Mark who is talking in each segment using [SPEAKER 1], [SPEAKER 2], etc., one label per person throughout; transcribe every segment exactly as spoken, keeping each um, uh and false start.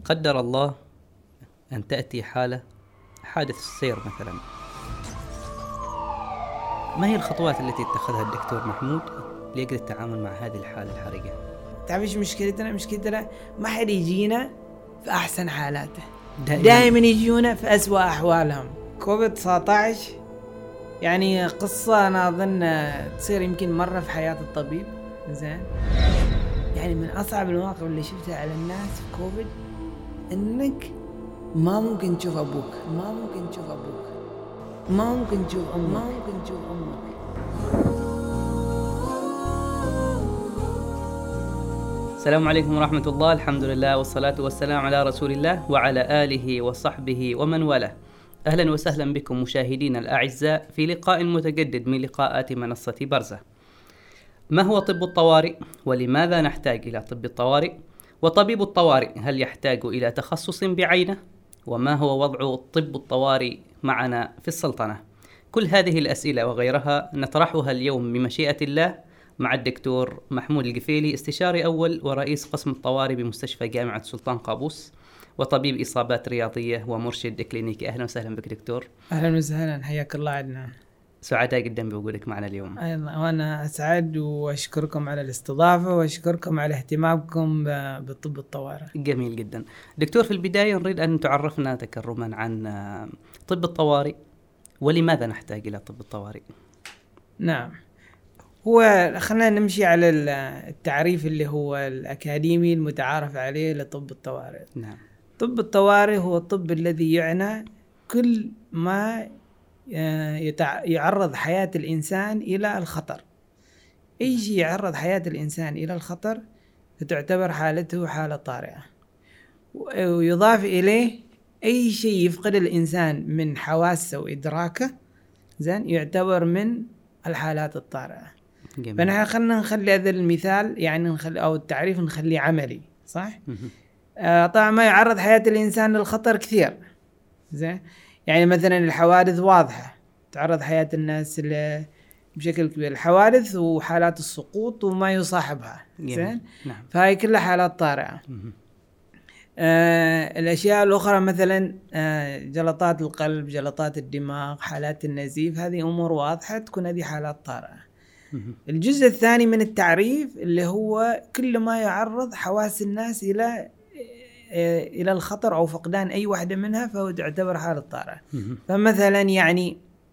[SPEAKER 1] قدر الله أن تأتي حالة حادث السير مثلا، ما هي الخطوات التي اتخذها الدكتور محمود ليقدر التعامل مع هذه الحالة الحرجة؟
[SPEAKER 2] تعرف ايش مشكلتنا؟ مشكلتنا ما حد يجينا في أحسن حالاته،
[SPEAKER 1] دائما,
[SPEAKER 2] دائما يجونا في أسوأ أحوالهم. كوفيد تسعة عشر يعني قصة أنا أظن تصير يمكن مرة في حياة الطبيب. زين، يعني من أصعب المواقف اللي شفتها على الناس في كوفيد إنك ما ممكن تشوف أبوك، ما ممكن تشوف أبوك، ما ممكن تشوف أمك، ما ممكن تشوف أمك.
[SPEAKER 1] السلام عليكم ورحمة الله، الحمد لله والصلاة والسلام على رسول الله وعلى آله وصحبه ومن والاه. أهلا وسهلا بكم مشاهدينا الأعزاء في لقاء متجدد من لقاءات منصة برزة. ما هو طب الطوارئ؟ ولماذا نحتاج إلى طب الطوارئ؟ وطبيب الطوارئ هل يحتاج إلى تخصص بعينه؟ وما هو وضع طب الطوارئ معنا في السلطنة؟ كل هذه الأسئلة وغيرها نطرحها اليوم بمشيئة الله مع الدكتور محمود القفيلي، استشاري أول ورئيس قسم الطوارئ بمستشفى جامعة سلطان قابوس، وطبيب إصابات رياضية ومرشد كلينيكي. أهلا وسهلا بك دكتور.
[SPEAKER 2] أهلا وسهلا، حياك الله عدنان.
[SPEAKER 1] سعداء جدا بوجودك معنا اليوم.
[SPEAKER 2] أيضا وأنا أسعد، وأشكركم على الاستضافة وأشكركم على اهتمامكم بطب الطوارئ.
[SPEAKER 1] جميل جدا دكتور. في البداية نريد أن تعرفنا تكرما عن طب الطوارئ ولماذا نحتاج إلى طب الطوارئ.
[SPEAKER 2] نعم، هو خلينا نمشي على التعريف اللي هو الأكاديمي المتعارف عليه لطب الطوارئ.
[SPEAKER 1] نعم. طب
[SPEAKER 2] الطوارئ هو الطب الذي يعنى كل ما يعرض حياة الإنسان إلى الخطر. أي شيء يعرض حياة الإنسان إلى الخطر فتعتبر حالته حالة طارئة، ويضاف إليه أي شيء يفقد الإنسان من حواسه وإدراكه زين يعتبر من الحالات الطارئة. فنحن خلنا نخلي هذا المثال يعني نخلي أو التعريف نخليه عملي صح. آه طبعا ما يعرض حياة الإنسان للخطر كثير زين، يعني مثلا الحوادث واضحة تعرض حياة الناس بشكل كبير، الحوادث وحالات السقوط وما يصاحبها زين.
[SPEAKER 1] نعم.
[SPEAKER 2] فهي كلها حالات طارئة. آه الأشياء الأخرى مثلا آه جلطات القلب، جلطات الدماغ، حالات النزيف، هذه أمور واضحة تكون هذه حالات طارئة. الجزء الثاني من التعريف اللي هو كل ما يعرض حواس الناس إلى إلى الخطر أو فقدان أي واحدة منها فهو تعتبر حالة طارئة. فمثلا يعني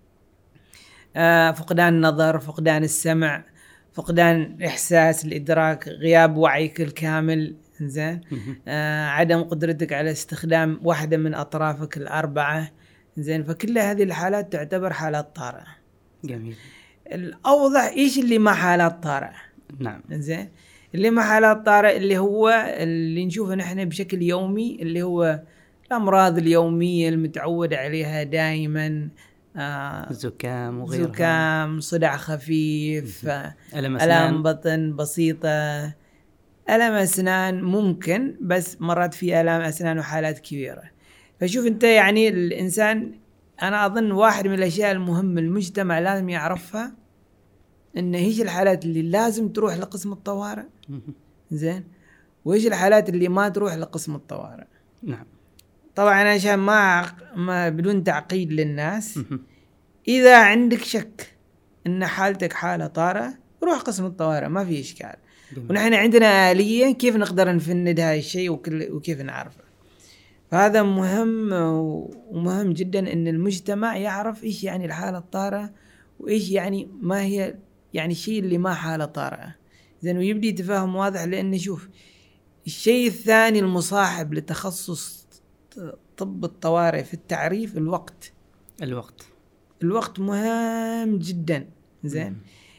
[SPEAKER 2] آه فقدان النظر، فقدان السمع، فقدان الإحساس، الإدراك، غياب وعيك الكامل زين، آه عدم قدرتك على استخدام واحدة من أطرافك الأربعة زين، فكل هذه الحالات تعتبر حالات طارئة.
[SPEAKER 1] جميل.
[SPEAKER 2] الأوضح إيش اللي ما حالات طارئة.
[SPEAKER 1] نعم.
[SPEAKER 2] زين، اللي ما حالات طارئة اللي هو اللي نشوفه نحن بشكل يومي، اللي هو الأمراض اليومية المتعود عليها دائما،
[SPEAKER 1] آه زكام وغيرها،
[SPEAKER 2] زكام، صداع خفيف،
[SPEAKER 1] ألم
[SPEAKER 2] ألم بطن بسيطة، ألم أسنان ممكن، بس مرات في ألم أسنان وحالات كبيرة. فشوف أنت يعني الإنسان، أنا أظن واحد من الأشياء المهمة المجتمع لازم يعرفها إن هيش الحالات اللي لازم تروح لقسم الطوارئ زين، وإيش الحالات اللي ما تروح لقسم الطوارئ.
[SPEAKER 1] نعم.
[SPEAKER 2] طبعا عشان ما ما بدون تعقيد للناس، إذا عندك شك إن حالتك حالة طارئة روح قسم الطوارئ، ما في إشكال. ونحن عندنا آلية كيف نقدر نفند هاي الشيء وكيف نعرفه. فهذا مهم، ومهم جدا إن المجتمع يعرف إيش يعني الحالة الطارئة وإيش يعني ما هي يعني الشيء اللي ما حالة طارئة زين، ويبدي تفهم واضح. لأن شوف الشيء الثاني المصاحب لتخصص طب الطوارئ في التعريف الوقت.
[SPEAKER 1] الوقت
[SPEAKER 2] الوقت مهم جدا زين،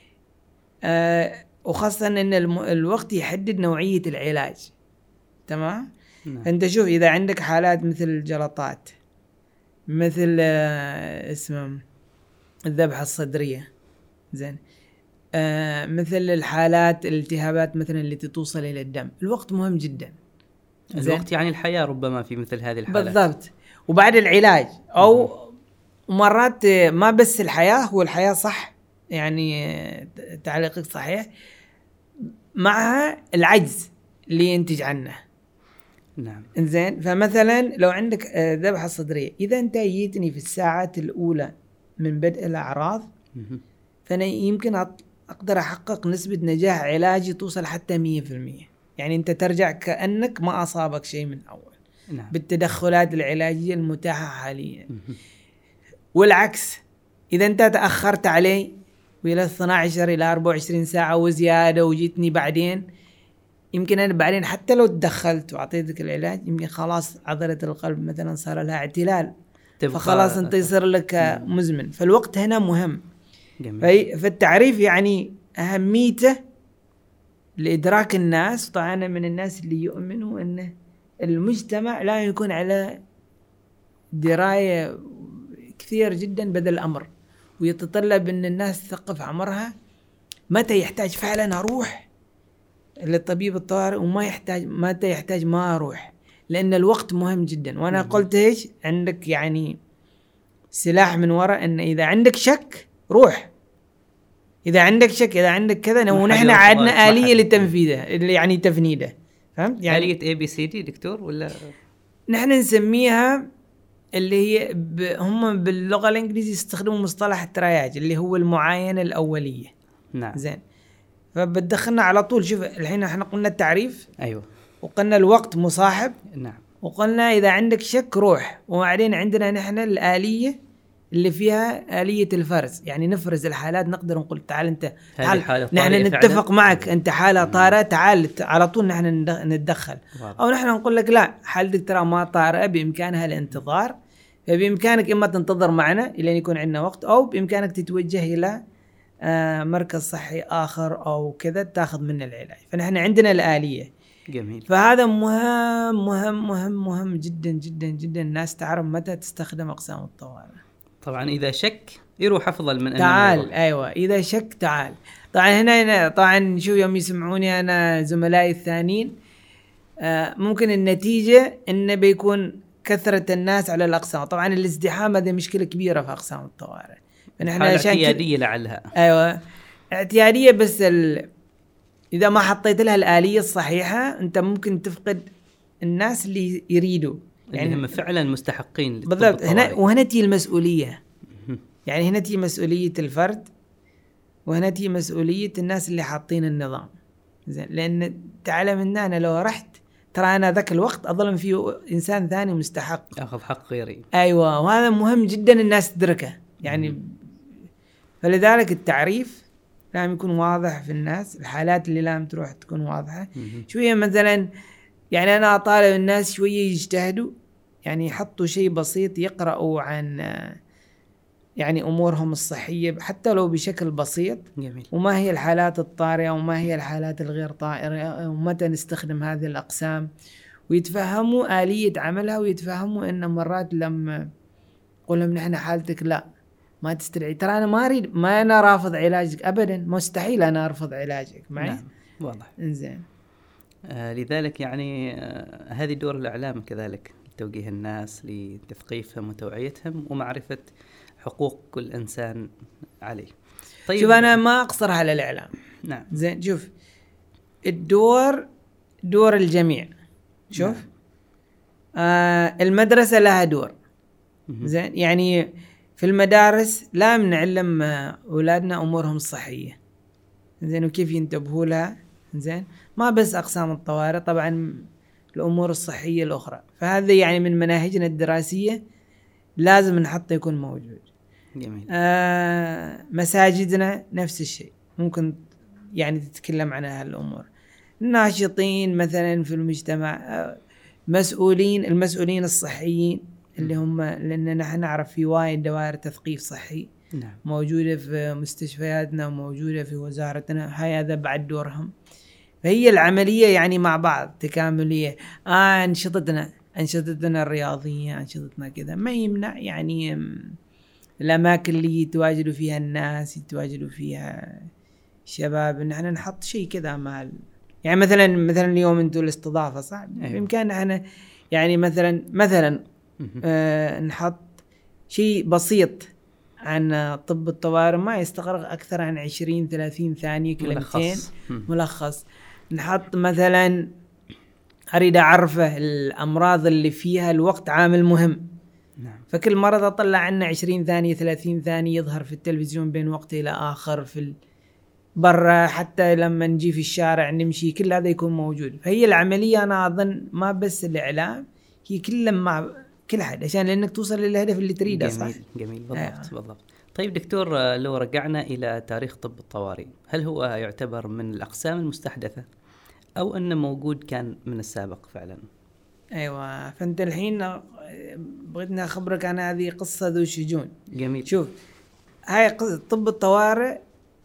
[SPEAKER 2] آه وخاصة إن الم... الوقت يحدد نوعية العلاج. تمام.
[SPEAKER 1] نعم.
[SPEAKER 2] فأنت شوف إذا عندك حالات مثل الجلطات، مثل آه اسمه الذبحة الصدرية زين، آه مثل الحالات الالتهابات مثلا اللي توصل إلى الدم، الوقت مهم جدا.
[SPEAKER 1] الوقت يعني الحياة ربما في مثل هذه الحالات.
[SPEAKER 2] بالضبط. وبعد العلاج أو مرات ما بس الحياة، هو الحياة صح يعني تعليقك صحيح، معها العجز اللي ينتج عنه.
[SPEAKER 1] نعم.
[SPEAKER 2] إنزين، فمثلا لو عندك آه، ذبحة صدرية، إذا أنت جيتني في الساعات الأولى من بدء الأعراض فأنا يمكن أط- أقدر أحقق نسبة نجاح علاجي توصل حتى مية في المية. يعني أنت ترجع كأنك ما أصابك شيء من أول.
[SPEAKER 1] نعم.
[SPEAKER 2] بالتدخلات العلاجية المتاحة حاليا. والعكس، إذا أنت تأخرت علي وإلى اثنتي عشرة إلى أربعة وعشرين ساعة وزيادة وجيتني بعدين، يمكن أنا بعدين حتى لو تدخلت وأعطيتك العلاج يمكن خلاص عضلة القلب مثلا صار لها اعتلال، فخلاص أنت يصير لك مزمن. فالوقت هنا مهم. جميل. فالتعريف يعني أهميته لإدراك الناس. طبعا أنا من الناس اللي يؤمنوا أن المجتمع لا يكون على دراية كثير جدا بدل الأمر، ويتطلب أن الناس تثقف عمرها متى يحتاج فعلا أروح للطبيب الطوارئ وما يحتاج متى يحتاج ما أروح، لأن الوقت مهم جدا. وأنا مم. قلت إيش عندك يعني سلاح من وراء أن إذا عندك شك روح، إذا عندك شك إذا عندك كذا، ونحن عادنا آلية لتنفيذه اللي يعني تفنيده. فهمت يعني
[SPEAKER 1] آلية إيه بي سي دي دكتور ولا
[SPEAKER 2] نحن نسميها اللي هي ب... هم باللغة الإنجليزية يستخدموا مصطلح الترياج اللي هو المعاينة الأولية.
[SPEAKER 1] نعم.
[SPEAKER 2] زين، فبدخلنا على طول. شوف الحين احنا قلنا التعريف،
[SPEAKER 1] أيوة،
[SPEAKER 2] وقلنا الوقت مصاحب،
[SPEAKER 1] نعم،
[SPEAKER 2] وقلنا إذا عندك شك روح، وبعدين عندنا نحن الآلية اللي فيها آلية الفرز، يعني نفرز الحالات. نقدر نقول تعال أنت تعال نحن نتفق فعلا. معك أنت حالة طارئة، تعال على طول نحن نتدخل. واضح. أو نحن نقول لك لا حالتك ترى ما طارئة بإمكانها الانتظار، فبإمكانك إما تنتظر معنا إلى أن يكون عندنا وقت، أو بإمكانك تتوجه إلى آه مركز صحي آخر أو كذا تأخذ منه العلاج. فنحن عندنا الآلية.
[SPEAKER 1] جميل.
[SPEAKER 2] فهذا مهم مهم مهم مهم جدا جدا جدا. الناس تعرف متى تستخدم أقسام الطوارئ.
[SPEAKER 1] طبعا إذا شك يروح أفضل من أن
[SPEAKER 2] تعال. أيوة، إذا شك تعال. طبعا هنا, هنا طبعا شو يوم يسمعوني أنا زملائي الثانيين آه ممكن النتيجة إنه بيكون كثرة الناس على الأقسام. طبعا الازدحام هذه مشكلة كبيرة في أقسام الطوارئ.
[SPEAKER 1] فنحن اعتيادية لعلها.
[SPEAKER 2] أيوة اعتيادية، بس ال... إذا ما حطيت لها الآلية الصحيحة أنت ممكن تفقد الناس اللي يريدوا،
[SPEAKER 1] يعني هم فعلا مستحقين
[SPEAKER 2] بالضبط. هنا وهنا تي المسؤولية، يعني هنا تي مسؤولية الفرد، وهنا تي مسؤولية الناس اللي حاطين النظام. زين، لأن تعلم إن أنا لو رحت ترى أنا ذاك الوقت أظلم فيه إنسان ثاني مستحق
[SPEAKER 1] أخذ حق غيري.
[SPEAKER 2] أيوة، وهذا مهم جدا الناس تدركه يعني. مم. فلذلك التعريف لازم يكون واضح في الناس، الحالات اللي لازم تروح تكون واضحة. مم. شوية مثلا يعني أنا أطالب الناس شوية يجتهدوا، يعني يحطوا شيء بسيط يقرأوا عن يعني أمورهم الصحية حتى لو بشكل بسيط.
[SPEAKER 1] جميل.
[SPEAKER 2] وما هي الحالات الطارئة وما هي الحالات الغير طارئة ومتى نستخدم هذه الأقسام، ويتفهموا آلية عملها، ويتفهموا إن مرات لما قول لهم نحن حالتك لا ما تستدعي، ترى أنا ما أريد، ما أنا رافض علاجك أبدا، مستحيل أنا أرفض علاجك معي.
[SPEAKER 1] نعم. واضح.
[SPEAKER 2] إنزين.
[SPEAKER 1] آه لذلك يعني آه هذه دور الإعلام كذلك، توجيه الناس لتثقيفهم وتوعيتهم ومعرفة حقوق كل إنسان عليه.
[SPEAKER 2] طيب شوف أنا ما أقصر على الإعلام.
[SPEAKER 1] نعم.
[SPEAKER 2] زين، شوف الدور دور الجميع. شوف. نعم. آه المدرسة لها دور. زين، يعني في المدارس لا نعلم أولادنا أمورهم الصحية. زين، وكيف ينتبهوا لها. زين، ما بس أقسام الطوارئ، طبعا الأمور الصحية الأخرى. فهذا يعني من مناهجنا الدراسية لازم نحطه يكون موجود.
[SPEAKER 1] جميل.
[SPEAKER 2] آه مساجدنا نفس الشيء، ممكن يعني تتكلم عن هالأمور. الناشطين مثلا في المجتمع، آه مسؤولين المسؤولين الصحيين اللي هم، لأن نحن نعرف في وايد دوائر تثقيف صحي.
[SPEAKER 1] نعم.
[SPEAKER 2] موجودة في مستشفياتنا وموجودة في وزارتنا، هاي هذا بعد دورهم. فهي العملية يعني مع بعض تكاملية. آه أنشطتنا أنشطتنا الرياضية، أنشطتنا كذا ما يمنع يعني الأماكن اللي يتواجدوا فيها الناس، يتواجدوا فيها شباب، إن احنا نحط شيء كذا مال. يعني مثلا مثلا اليوم انتوا الاستضافة صح؟ أيوة. بإمكان احنا يعني مثلا مثلا آه نحط شيء بسيط عن طب الطوارئ ما يستغرق أكثر عن عشرين ثلاثين ثانية، كلمتين ملخص. ملخص. نحط مثلا أريد أعرفه الأمراض اللي فيها الوقت عامل مهم.
[SPEAKER 1] نعم.
[SPEAKER 2] فكل مرض أطلع عنه عشرين ثانية ثلاثين ثانية يظهر في التلفزيون بين وقت إلى آخر، في برا حتى لما نجي في الشارع نمشي، كل هذا يكون موجود. فهي العملية أنا أظن ما بس الإعلام، هي كل مع كل حد عشان لأنك توصل للهدف اللي تريده.
[SPEAKER 1] جميل.
[SPEAKER 2] صح.
[SPEAKER 1] جميل بالضبط.
[SPEAKER 2] آه.
[SPEAKER 1] بالضبط. طيب دكتور، لو رجعنا إلى تاريخ طب الطوارئ، هل هو يعتبر من الأقسام المستحدثة أو أنه موجود كان من السابق فعلا؟
[SPEAKER 2] أيوة. فأنت الحين بغيتني أخبرك عن هذه قصة ذو شجون.
[SPEAKER 1] جميل.
[SPEAKER 2] شوف، هاي طب الطوارئ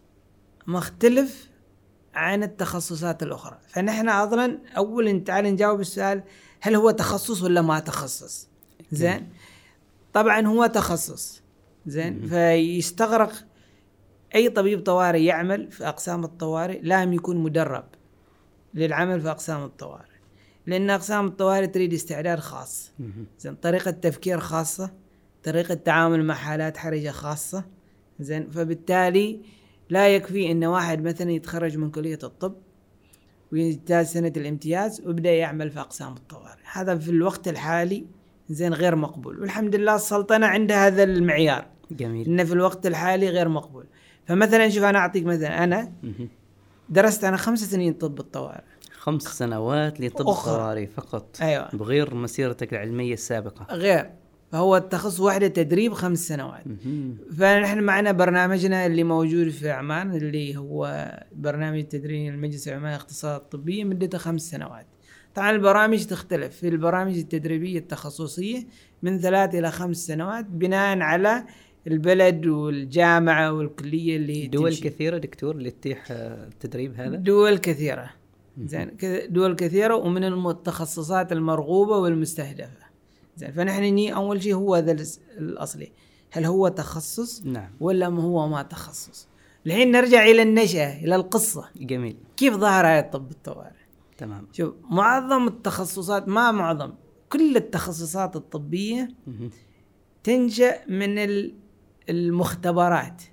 [SPEAKER 2] مختلف عن التخصصات الأخرى. فنحن أصلا أولا تعال نجاوب السؤال، هل هو تخصص ولا ما تخصص؟ زين. طبعا هو تخصص. زين. فيستغرق أي طبيب طوارئ يعمل في أقسام الطوارئ لازم يكون مدرب للعمل في أقسام الطوارئ، لأن أقسام الطوارئ تريد استعداد خاص. زين. طريقة تفكير خاصة، طريقة تعامل مع حالات حرجة خاصة. زين. فبالتالي لا يكفي إن واحد مثلا يتخرج من كلية الطب ويجتاز سنة الامتياز ويبدأ يعمل في أقسام الطوارئ، هذا في الوقت الحالي زين غير مقبول. والحمد لله السلطنة عندها هذا المعيار.
[SPEAKER 1] جميل.
[SPEAKER 2] إنه في الوقت الحالي غير مقبول. فمثلا شوف، أنا أعطيك مثلا، أنا درست أنا خمس سنين طب الطوارئ.
[SPEAKER 1] خمس سنوات لطب الطوارئ فقط.
[SPEAKER 2] أيوة.
[SPEAKER 1] بغير مسيرتك العلمية السابقة.
[SPEAKER 2] غير. فهو التخصص واحدة تدريب خمس سنوات. فنحن معنا برنامجنا اللي موجود في عمان اللي هو برنامج التدريب المجلس العماني الاختصاصات الطبية، مدته خمس سنوات. طبعا البرامج تختلف، في البرامج التدريبية التخصصية من ثلاث إلى خمس سنوات بناء على البلد والجامعة والكلية اللي
[SPEAKER 1] دول
[SPEAKER 2] تمشي.
[SPEAKER 1] كثيرة دكتور اللي تتيح التدريب هذا؟
[SPEAKER 2] دول كثيرة. زين. دول كثيرة ومن التخصصات المرغوبة والمستهدفة. زين. فنحن ني أول شيء هو ذا الأصلي، هل هو تخصص؟
[SPEAKER 1] نعم.
[SPEAKER 2] ولا ما هو ما تخصص؟ الحين نرجع إلى النشأة، إلى القصة.
[SPEAKER 1] جميل.
[SPEAKER 2] كيف ظهر هذا الطب الطوارئ؟
[SPEAKER 1] تمام.
[SPEAKER 2] شوف، معظم التخصصات، ما معظم، كل التخصصات الطبية
[SPEAKER 1] مه.
[SPEAKER 2] تنشأ من المختبرات.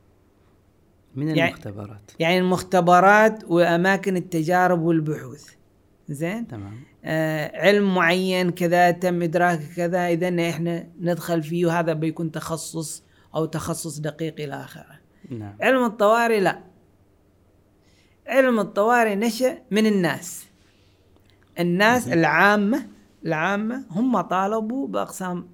[SPEAKER 1] من
[SPEAKER 2] يعني
[SPEAKER 1] المختبرات.
[SPEAKER 2] يعني المختبرات وأماكن التجارب والبحوث. زين.
[SPEAKER 1] تمام.
[SPEAKER 2] آه علم معين كذا تم إدراكه كذا، إذا إحنا ندخل فيه وهذا بيكون تخصص أو تخصص دقيق إلى آخره.
[SPEAKER 1] نعم.
[SPEAKER 2] علم الطوارئ لا، علم الطوارئ نشأ من الناس الناس
[SPEAKER 1] مه.
[SPEAKER 2] العامة العامة هم طالبوا بأقسام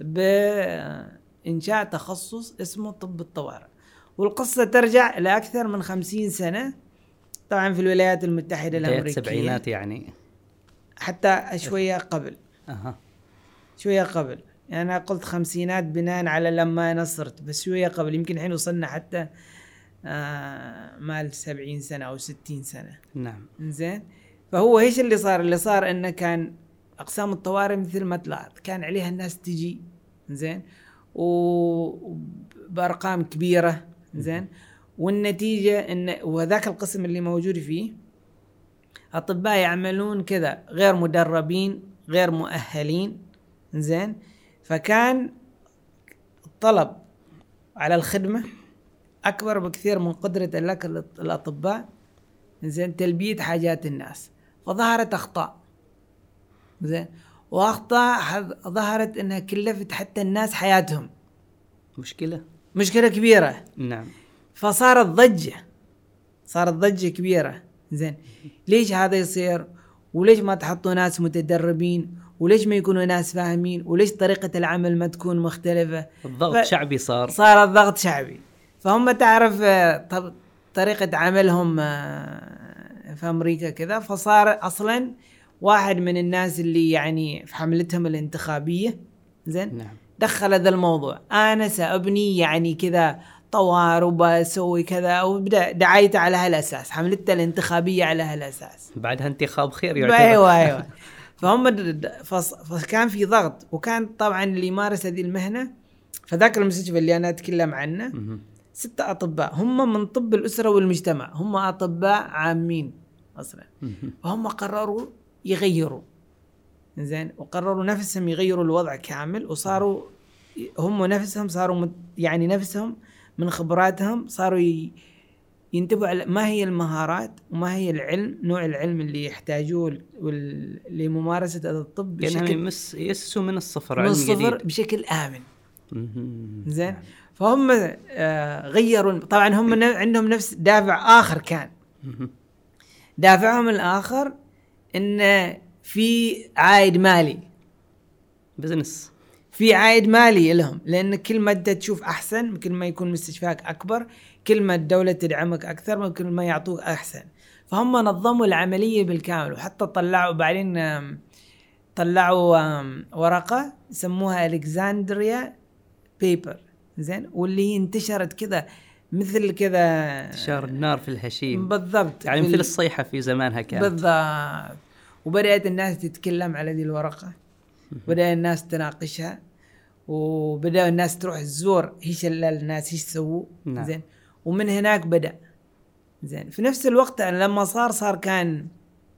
[SPEAKER 2] بإنشاء تخصص اسمه طب الطوارئ. والقصة ترجع لأكثر من خمسين سنة، طبعا في الولايات المتحدة الأمريكية،
[SPEAKER 1] سبعينات يعني،
[SPEAKER 2] حتى شوية قبل.
[SPEAKER 1] أها.
[SPEAKER 2] شوية قبل، يعني أنا قلت خمسينات بناء على لما أنا صرت، بس شوية قبل، يمكن الحين وصلنا حتى آه مال سبعين سنة أو ستين سنة.
[SPEAKER 1] نعم.
[SPEAKER 2] إنزين. فهو إيش اللي صار؟ اللي صار إنه كان أقسام الطوارئ مثل ما تلاحظ كان عليها الناس تجي، إنزين، وبأرقام كبيرة، إنزين، والنتيجة إن وذاك القسم اللي موجود فيه أطباء يعملون كذا غير مدربين غير مؤهلين، إنزين. فكان الطلب على الخدمة أكبر بكثير من قدرة لك الأطباء، إنزين، تلبية حاجات الناس. فظهرت أخطاء، إنزين، وأخطاء ظهرت إنها كلفت حتى الناس حياتهم.
[SPEAKER 1] مشكلة
[SPEAKER 2] مشكلة كبيرة.
[SPEAKER 1] نعم.
[SPEAKER 2] فصارت ضجة صارت ضجة كبيرة. زين، ليش هذا يصير؟ وليش ما تحطوا ناس متدربين؟ وليش ما يكونوا ناس فاهمين؟ وليش طريقة العمل ما تكون مختلفة؟
[SPEAKER 1] الضغط
[SPEAKER 2] ف...
[SPEAKER 1] شعبي صار
[SPEAKER 2] صار الضغط شعبي. فهم تعرف طريقة عملهم في أمريكا كذا. فصار أصلا واحد من الناس اللي يعني في حملتهم الانتخابية، زين،
[SPEAKER 1] نعم،
[SPEAKER 2] دخل هذا الموضوع، أنا سأبني يعني كذا طوار وبسوي كذا، وبدأ دعايته على هالأساس، حملته الانتخابية على هالأساس.
[SPEAKER 1] بعدها انتخاب خير يعتبر.
[SPEAKER 2] أيوة أيوة. فهم فص... فكان في ضغط. وكان طبعا اللي يمارس هذه المهنة فذاك المستشفى اللي أنا أتكلم عنه
[SPEAKER 1] مه.
[SPEAKER 2] ستة أطباء هم من طب الأسرة والمجتمع، هم أطباء عامين أصلا.
[SPEAKER 1] مه.
[SPEAKER 2] فهم قرروا يغيروا، زين، وقرروا نفسهم يغيروا الوضع كامل، وصاروا هم نفسهم صاروا يعني نفسهم من خبراتهم صاروا ينتبهوا على ما هي المهارات وما هي العلم، نوع العلم اللي يحتاجوه وال- لممارسة هذا الطب
[SPEAKER 1] كأنهم
[SPEAKER 2] بشكل
[SPEAKER 1] يمس يسسوا من الصفر
[SPEAKER 2] من
[SPEAKER 1] علم
[SPEAKER 2] الصفر
[SPEAKER 1] جديد.
[SPEAKER 2] بشكل آمن.
[SPEAKER 1] مهم.
[SPEAKER 2] زين. فهم آه غيروا، طبعا هم ن- عندهم نفس دافع آخر، كان
[SPEAKER 1] مهم.
[SPEAKER 2] دافعهم الآخر إن في عائد مالي،
[SPEAKER 1] بزنس.
[SPEAKER 2] في عائد مالي لهم، لأن كل ما أنت تشوف أحسن، كل ما يكون مستشفاك أكبر، كل ما الدولة تدعمك أكثر، كل ما يعطوك أحسن. فهم نظموا العملية بالكامل، وحتى طلعوا بعدين آم، طلعوا آم، ورقة سموها ألكسندريا بيبر. زين. واللي انتشرت كذا مثل كذا
[SPEAKER 1] انتشار النار في الهشيم.
[SPEAKER 2] بالضبط،
[SPEAKER 1] يعني
[SPEAKER 2] في
[SPEAKER 1] مثل
[SPEAKER 2] ال-
[SPEAKER 1] الصيحة في زمانها كانت.
[SPEAKER 2] بالضبط. وبدأت الناس تتكلم على هذه الورقة، بدأ الناس تناقشها، وبدأ الناس تروح تزور ايش اللي الناس ايش سووا.
[SPEAKER 1] نعم.
[SPEAKER 2] زين. ومن هناك بدأ. زين. في نفس الوقت لما صار صار كان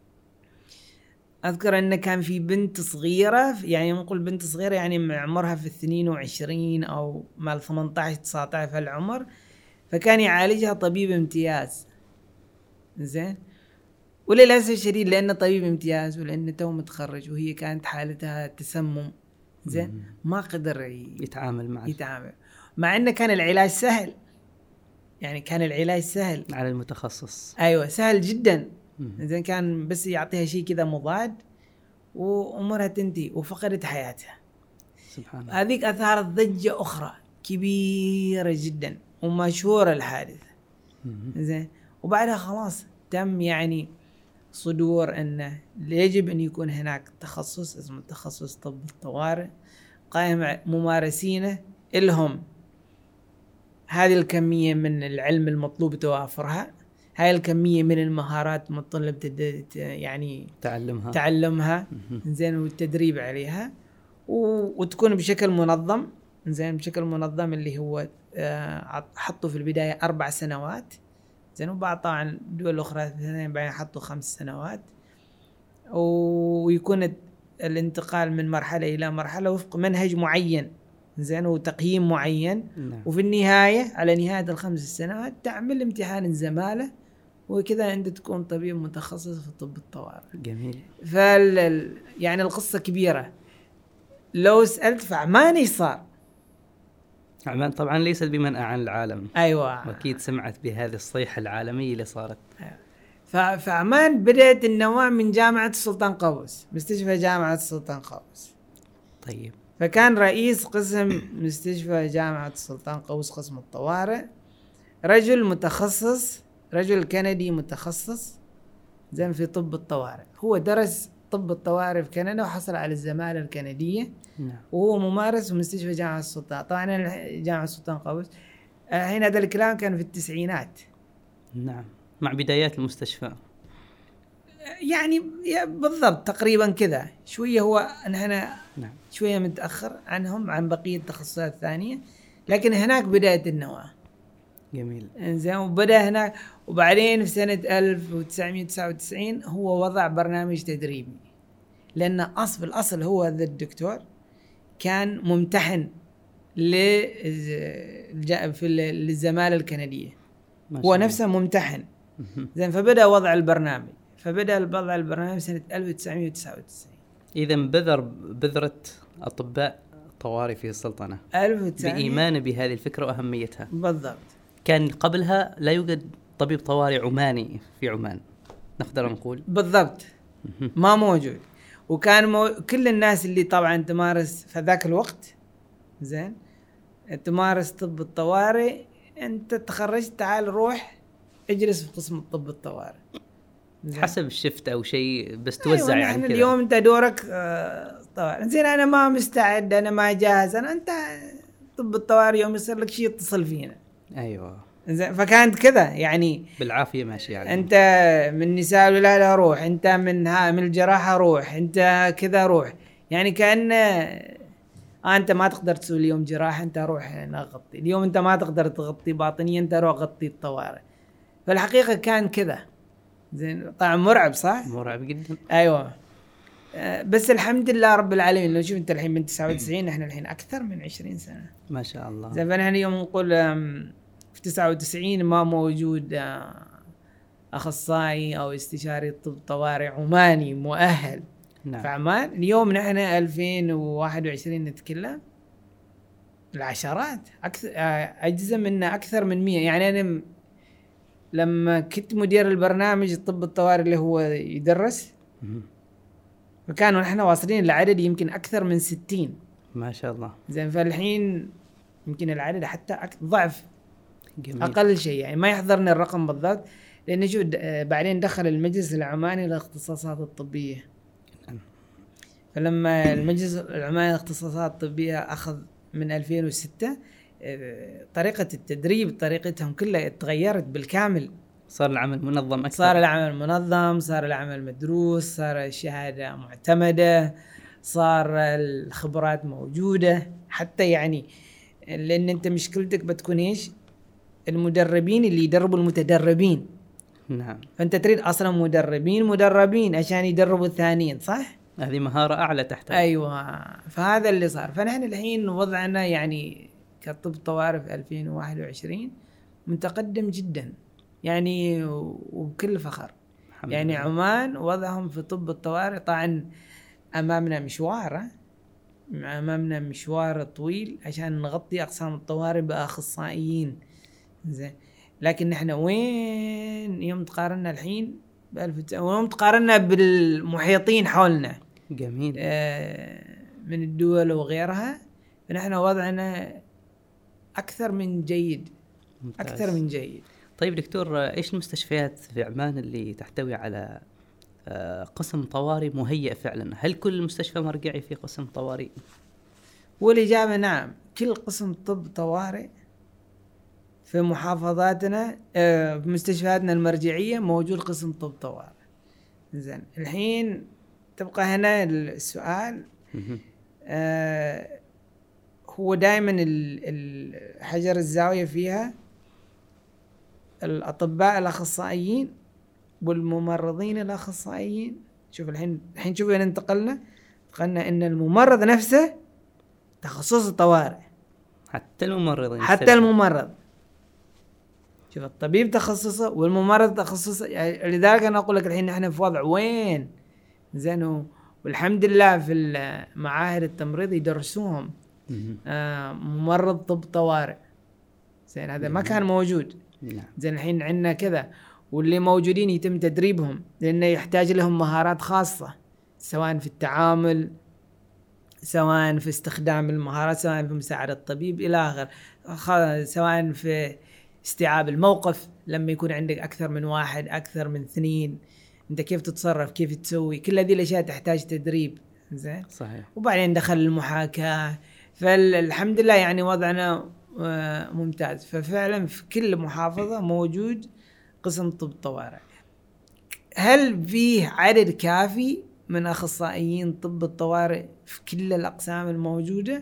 [SPEAKER 2] أذكر أن كان في بنت صغيرة، يعني نقول بنت صغيرة يعني عمرها في اثنين وعشرين أو مال ثمانية عشر تسعة عشر في العمر، فكان يعالجها طبيب امتياز. زين. وللأسف الشديد لأنه طبيب امتياز ولأنه تو متخرج وهي كانت حالتها تسمم، زين، ما قدر ي-
[SPEAKER 1] يتعامل مع
[SPEAKER 2] يتعامل، مع أنه كان العلاج سهل، يعني كان العلاج سهل.
[SPEAKER 1] على المتخصص.
[SPEAKER 2] أيوة سهل جدا.
[SPEAKER 1] مم.
[SPEAKER 2] زين. كان بس يعطيها شيء كذا مضاد وأمورها تنتهي، وفقدت حياتها.
[SPEAKER 1] سبحان الله.
[SPEAKER 2] هذيك أثارت ضجة أخرى كبيرة جدا ومشهورة الحادثة.
[SPEAKER 1] مم.
[SPEAKER 2] زين. وبعدها خلاص تم يعني صدور أنه يجب أن يكون هناك تخصص اسمه تخصص طب الطوارئ، قائم ممارسينه إلهم هذه الكمية من العلم المطلوب توافرها، هاي الكمية من المهارات مطلوب تد... يعني
[SPEAKER 1] تعلمها
[SPEAKER 2] تعلمها.
[SPEAKER 1] مم.
[SPEAKER 2] زين. والتدريب عليها و... وتكون بشكل منظم. زين. بشكل منظم اللي هو آه، حطوا في البداية أربع سنوات. زين. وبعد طبعا الدول الأخرى اثنين، بعدين حطوا خمس سنوات، ويكون الانتقال من مرحلة إلى مرحلة وفق منهج معين. زين. وتقييم معين.
[SPEAKER 1] نعم.
[SPEAKER 2] وفي النهاية على نهاية الخمس سنوات تعمل امتحان الزمالة، وكذا أنت تكون طبيب متخصص في طب الطوارئ.
[SPEAKER 1] جميل.
[SPEAKER 2] فال يعني القصة كبيرة. لو سألت فعمان ايش صار؟
[SPEAKER 1] عمان طبعا ليست بمنأى عن العالم.
[SPEAKER 2] أيوة.
[SPEAKER 1] وأكيد سمعت بهذه الصيحة العالمية اللي صارت.
[SPEAKER 2] فعمان بدأت النواة من جامعة السلطان قابوس، مستشفى جامعة السلطان قابوس.
[SPEAKER 1] طيب.
[SPEAKER 2] فكان رئيس قسم مستشفى جامعة السلطان قابوس قسم الطوارئ رجل متخصص، رجل كندي متخصص زين في طب الطوارئ. هو درس طب الطوارئ في كندا وحصل على الزمالة الكندية.
[SPEAKER 1] نعم.
[SPEAKER 2] وهو ممارس في مستشفى جامعة السلطان. طبعا جامعة السلطان قابوس هنا هذا الكلام كان في التسعينات.
[SPEAKER 1] نعم. مع بدايات المستشفى.
[SPEAKER 2] يعني بالضبط تقريبا كذا شوية. هو نحن
[SPEAKER 1] نعم.
[SPEAKER 2] شوية متأخر عنهم عن بقية التخصصات الثانية، لكن هناك بداية النواة.
[SPEAKER 1] جميل.
[SPEAKER 2] إنزين. وبدأ هناك، وبعدين في سنة ألف وتسعمائة وتسعة وتسعين هو وضع برنامج تدريبي، لأن أصل الأصل هو ذا الدكتور كان ممتحن للج- في الزمالة الكندية،
[SPEAKER 1] ما
[SPEAKER 2] هو
[SPEAKER 1] شاء الله.
[SPEAKER 2] نفسه ممتحن.
[SPEAKER 1] مهم.
[SPEAKER 2] زين. فبدأ وضع البرنامج، فبدأ وضع البرنامج سنة ألف وتسعمائة وتسعة وتسعين.
[SPEAKER 1] إذا بذر بذرة أطباء طوارئ في السلطنة
[SPEAKER 2] ألف وتسعمائة
[SPEAKER 1] بإيمان بهذه الفكرة وأهميتها.
[SPEAKER 2] بالضبط.
[SPEAKER 1] كان قبلها لا يوجد طبيب طوارئ عماني في عمان، نقدر نقول.
[SPEAKER 2] بالضبط.
[SPEAKER 1] مهم.
[SPEAKER 2] ما موجود. وكان مو... كل الناس اللي طبعا تمارس في ذاك الوقت زين تمارس طب الطوارئ، انت تخرجت تعال روح اجلس في قسم الطب الطوارئ. زين؟
[SPEAKER 1] حسب الشفت أو شيء بس توزع.
[SPEAKER 2] أيوة.
[SPEAKER 1] يعني كذا.
[SPEAKER 2] اليوم انت دورك آه طوارئ. زين. انا ما مستعد، انا ما جاهز، انا انت طب الطوارئ يوم يصير لك شيء اتصل فينا.
[SPEAKER 1] أيوة.
[SPEAKER 2] زين. فكانت كذا يعني
[SPEAKER 1] بالعافية ماشي يعني.
[SPEAKER 2] انت من نساء الولادة روح، انت من ها من الجراحة روح، انت كذا روح. يعني كأن آه انت ما تقدر تسوي اليوم جراحة، انت روح نغطي. اليوم انت ما تقدر تغطي باطنية، انت روح غطي الطوارئ. فالحقيقة كان كذا. زين. طبعا مرعب صح؟
[SPEAKER 1] مرعب جدا.
[SPEAKER 2] ايوه. آه بس الحمد لله رب العالمين. لو شوف انت الحين من تسعة وتسعين احنا الحين اكثر من عشرين سنة.
[SPEAKER 1] ما شاء الله.
[SPEAKER 2] زين. فنحن اليوم نقول في تسعة وتسعين ما موجود آه أخصائي أو استشاري طب طوارئ عماني مؤهل
[SPEAKER 1] نعم.
[SPEAKER 2] في عمان. اليوم نحن ألفين وواحد وعشرين نتكلم العشرات أكثر أجزاء منها أكثر من مية. يعني أنا م... لما كنت مدير البرنامج الطب الطوارئ اللي هو يدرس فكانوا نحن واصلين لعدد يمكن أكثر من ستين.
[SPEAKER 1] ما شاء الله.
[SPEAKER 2] زين فالحين يمكن العدد حتى أك... ضعف.
[SPEAKER 1] جميل.
[SPEAKER 2] أقل شيء يعني ما يحضرني الرقم بالضبط لأن شو بعدين دخل المجلس العماني للاختصاصات الطبية. فلما المجلس العماني للاختصاصات الطبية أخذ من ألفين وستة طريقة التدريب طريقتهم كلها اتغيرت بالكامل.
[SPEAKER 1] صار العمل منظم أكثر.
[SPEAKER 2] صار العمل منظم، صار العمل مدروس، صار الشهادة معتمدة، صار الخبرات موجودة. حتى يعني لأن أنت مشكلتك بتكون إيش؟ المدربين اللي يدربوا المتدربين.
[SPEAKER 1] نعم.
[SPEAKER 2] فأنت تريد أصلا مدربين مدربين عشان يدربوا الثانيين، صح؟
[SPEAKER 1] هذه مهارة أعلى تحتاج.
[SPEAKER 2] أيوة. فهذا اللي صار. فنحن الحين وضعنا يعني كطب طوارئ في ألفين وواحد وعشرين متقدم جدا يعني وبكل فخر. يعني الله. عمان وضعهم في طب الطوارئ طبعا أمامنا مشوار أمامنا مشوار طويل عشان نغطي أقسام الطوارئ بأخصائيين. زين لكن نحن وين يوم تقارننا الحين بألف ويوم تقارننا بالمحيطين حولنا.
[SPEAKER 1] جميل.
[SPEAKER 2] آه من الدول وغيرها فنحن وضعنا أكثر من جيد. ممتاز. أكثر من جيد.
[SPEAKER 1] طيب دكتور، إيش المستشفيات في عمان اللي تحتوي على قسم طوارئ مهيئ فعلا؟ هل كل مستشفى مرجعي في قسم طوارئ؟
[SPEAKER 2] والإجابة نعم. كل قسم طب طوارئ في محافظاتنا في مستشفياتنا المرجعية موجود قسم طب طوارئ. زين الحين تبقى هنا السؤال آه هو دائما الحجر الزاوية فيها الأطباء الأخصائيين والممرضين الأخصائيين. شوف الحين الحين شوف وين انتقلنا انتقلنا إن الممرض نفسه تخصص الطوارئ.
[SPEAKER 1] حتى الممرضين
[SPEAKER 2] حتى سلسل. الممرض شوف الطبيب تخصصه والممرض تخصصه. يعني لذلك أنا أقول لك الحين نحن في وضع وين زين. والحمد لله في معاهد التمريض يدرسوهم آه ممرض طب طوارئ. زين هذا ما كان موجود. زين الحين عندنا كذا واللي موجودين يتم تدريبهم لأنه يحتاج لهم مهارات خاصة سواء في التعامل سواء في استخدام المهارات سواء في مساعدة الطبيب إلى آخر سواء في استيعاب الموقف لما يكون عندك أكثر من واحد أكثر من اثنين أنت كيف تتصرف كيف تسوي. كل هذه الأشياء تحتاج تدريب. زين
[SPEAKER 1] صحيح.
[SPEAKER 2] وبعدين دخل المحاكاة. فالحمد لله يعني وضعنا ممتاز. ففعلا في كل محافظة موجود قسم طب طوارئ. هل فيه عدد كافي من أخصائيين طب الطوارئ في كل الأقسام الموجودة؟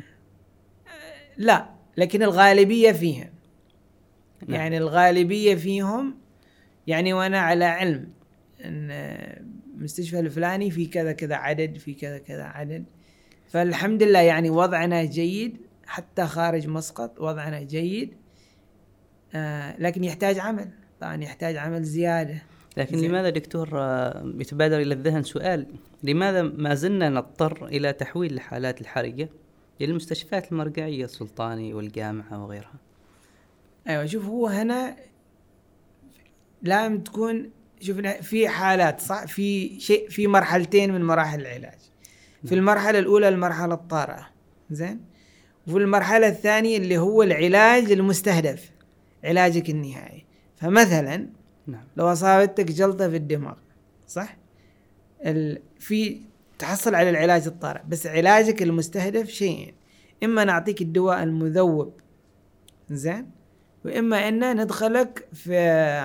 [SPEAKER 2] لا لكن الغالبية فيها. يعني الغالبية فيهم يعني وأنا على علم أن مستشفى الفلاني في كذا كذا عدد في كذا كذا عدد. فالحمد لله يعني وضعنا جيد حتى خارج مسقط وضعنا جيد. آه لكن يحتاج عمل طبعا يحتاج عمل زيادة.
[SPEAKER 1] لكن زي. لماذا دكتور يتبادر إلى الذهن سؤال لماذا ما زلنا نضطر إلى تحويل الحالات الحرجة للمستشفيات المرجعية السلطاني والجامعة وغيرها؟
[SPEAKER 2] أيوة شوف هو هنا لازم تكون شوفنا في حالات صح في شيء في مرحلتين من مراحل العلاج. في المرحلة الأولى المرحلة الطارئة زين وفي المرحلة الثانية اللي هو العلاج المستهدف علاجك النهائي. فمثلا
[SPEAKER 1] نعم.
[SPEAKER 2] لو أصابتك جلطة في الدماغ صح ال... في تحصل على العلاج الطارئ بس علاجك المستهدف شيئين. إما نعطيك الدواء المذوب زين وإما إن ندخلك في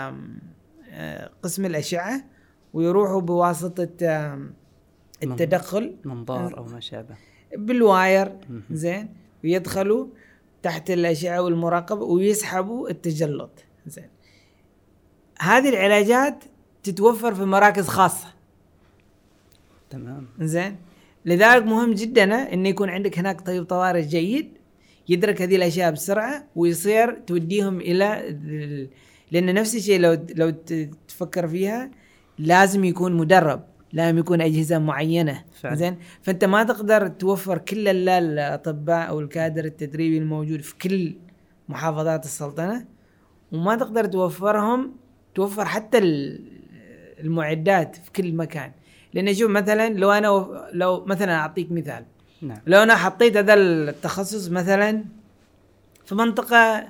[SPEAKER 2] قسم الأشعة ويروحوا بواسطة التدخل
[SPEAKER 1] منظار أو ما شابه
[SPEAKER 2] بالواير زين ويدخلوا تحت الأشعة والمراقبة ويسحبوا التجلط. زين هذه العلاجات تتوفر في مراكز خاصة.
[SPEAKER 1] تمام.
[SPEAKER 2] زين لذلك مهم جدا إن يكون عندك هناك طبيب طوارئ جيد يدرك هذه الأشياء بسرعة ويصير توديهم إلى، لأن نفس الشيء لو لو تفكر فيها لازم يكون مدرب، لازم يكون أجهزة معينة. زين، فأنت ما تقدر توفر كل الأطباء أو الكادر التدريبي الموجود في كل محافظات السلطنة، وما تقدر توفرهم توفر حتى المعدات في كل مكان. لأن شوف مثلا لو أنا لو مثلا أعطيك مثال،
[SPEAKER 1] نعم.
[SPEAKER 2] لو أنا حطيت هذا التخصص مثلا في منطقة،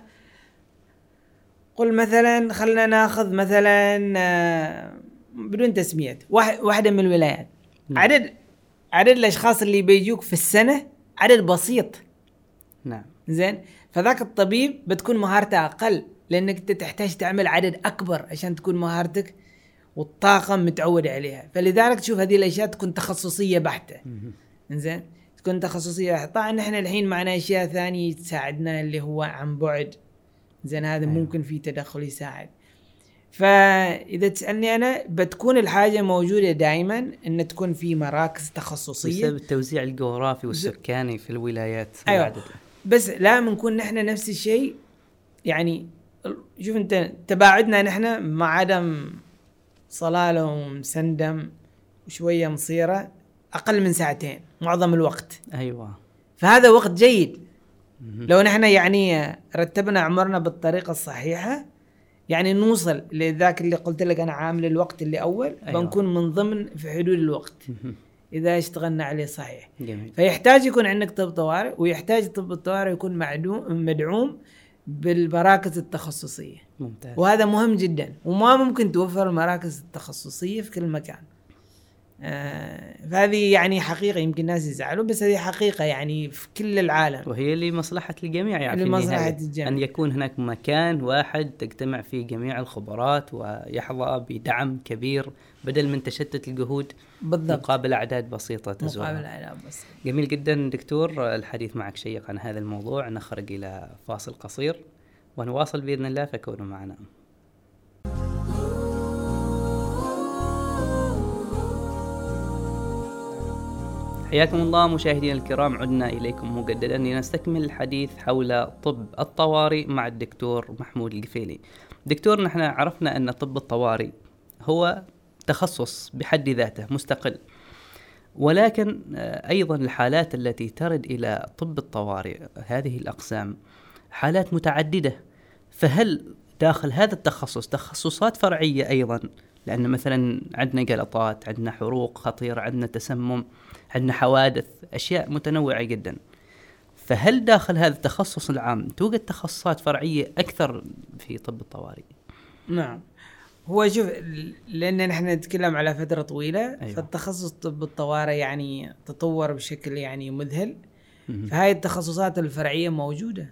[SPEAKER 2] قل مثلا خلنا ناخذ مثلا بدون تسمية واحدة من الولايات،
[SPEAKER 1] نعم.
[SPEAKER 2] عدد عدد الأشخاص اللي بيجوك في السنة عدد بسيط.
[SPEAKER 1] نعم.
[SPEAKER 2] زين، فذاك الطبيب بتكون مهارته أقل، لأنك أنت تحتاج تعمل عدد أكبر عشان تكون مهارتك والطاقم متعود عليها. فلذلك تشوف هذه الأشياء تكون تخصصية بحتة. زين، تكون تخصصية بحتة. طبعا نحن الحين معنا أشياء ثانية تساعدنا اللي هو عن بعد. زين، هذا أيوة. ممكن في تدخل يساعد. فإذا تسألني أنا بتكون الحاجة موجودة دائما أن تكون في مراكز تخصصية
[SPEAKER 1] بسبب التوزيع الجغرافي والسكاني في الولايات.
[SPEAKER 2] أيوة. بس لا نكون نحن نفس الشيء. يعني شوف أنت تباعدنا نحن مع عدم صلالة ومسندم وشوية مصيرة أقل من ساعتين معظم الوقت.
[SPEAKER 1] أيوة.
[SPEAKER 2] فهذا وقت جيد. لو نحن يعني رتبنا عمرنا بالطريقة الصحيحة يعني نوصل لذاك اللي قلت لك أنا عامل الوقت اللي أول. أيوة. بنكون من ضمن في حدود الوقت إذا اشتغلنا عليه صحيح.
[SPEAKER 1] جميل.
[SPEAKER 2] فيحتاج يكون عندك طب طوارئ، ويحتاج طب الطوارئ يكون مدعوم بالمراكز التخصصية.
[SPEAKER 1] ممتاز.
[SPEAKER 2] وهذا مهم جدا، وما ممكن توفر المراكز التخصصية في كل مكان. آه فهذه يعني حقيقة، يمكن الناس يزعلوا بس هذه حقيقة يعني في كل العالم،
[SPEAKER 1] وهي لمصلحة الجميع. يعني
[SPEAKER 2] لمصلحة الجميع
[SPEAKER 1] أن يكون هناك مكان واحد تجتمع فيه جميع الخبرات ويحظى بدعم كبير بدل من تشتت الجهود.
[SPEAKER 2] بالضبط.
[SPEAKER 1] مقابل أعداد بسيطة تزورها.
[SPEAKER 2] مقابل أعداد بسيطة.
[SPEAKER 1] جميل جدا دكتور، الحديث معك شيق عن هذا الموضوع. نخرج إلى فاصل قصير ونواصل بإذن الله، فكونوا معنا. حياكم الله مشاهدينا الكرام، عدنا إليكم مجددا لنستكمل الحديث حول طب الطوارئ مع الدكتور محمود القفيلي. دكتور، نحن عرفنا أن طب الطوارئ هو تخصص بحد ذاته مستقل، ولكن أيضا الحالات التي ترد إلى طب الطوارئ هذه الأقسام حالات متعددة. فهل داخل هذا التخصص تخصصات فرعية أيضا؟ لأن مثلا عندنا جلطات، عندنا حروق خطيرة، عندنا تسمم، عندنا حوادث، أشياء متنوعة جدا. فهل داخل هذا التخصص العام توجد تخصصات فرعية أكثر في طب الطوارئ؟
[SPEAKER 2] نعم، هو شوف لأن نحن نتكلم على فترة طويلة.
[SPEAKER 1] أيوة.
[SPEAKER 2] فالتخصص طب الطوارئ يعني تطور بشكل يعني مذهل. فهاي التخصصات الفرعية موجودة.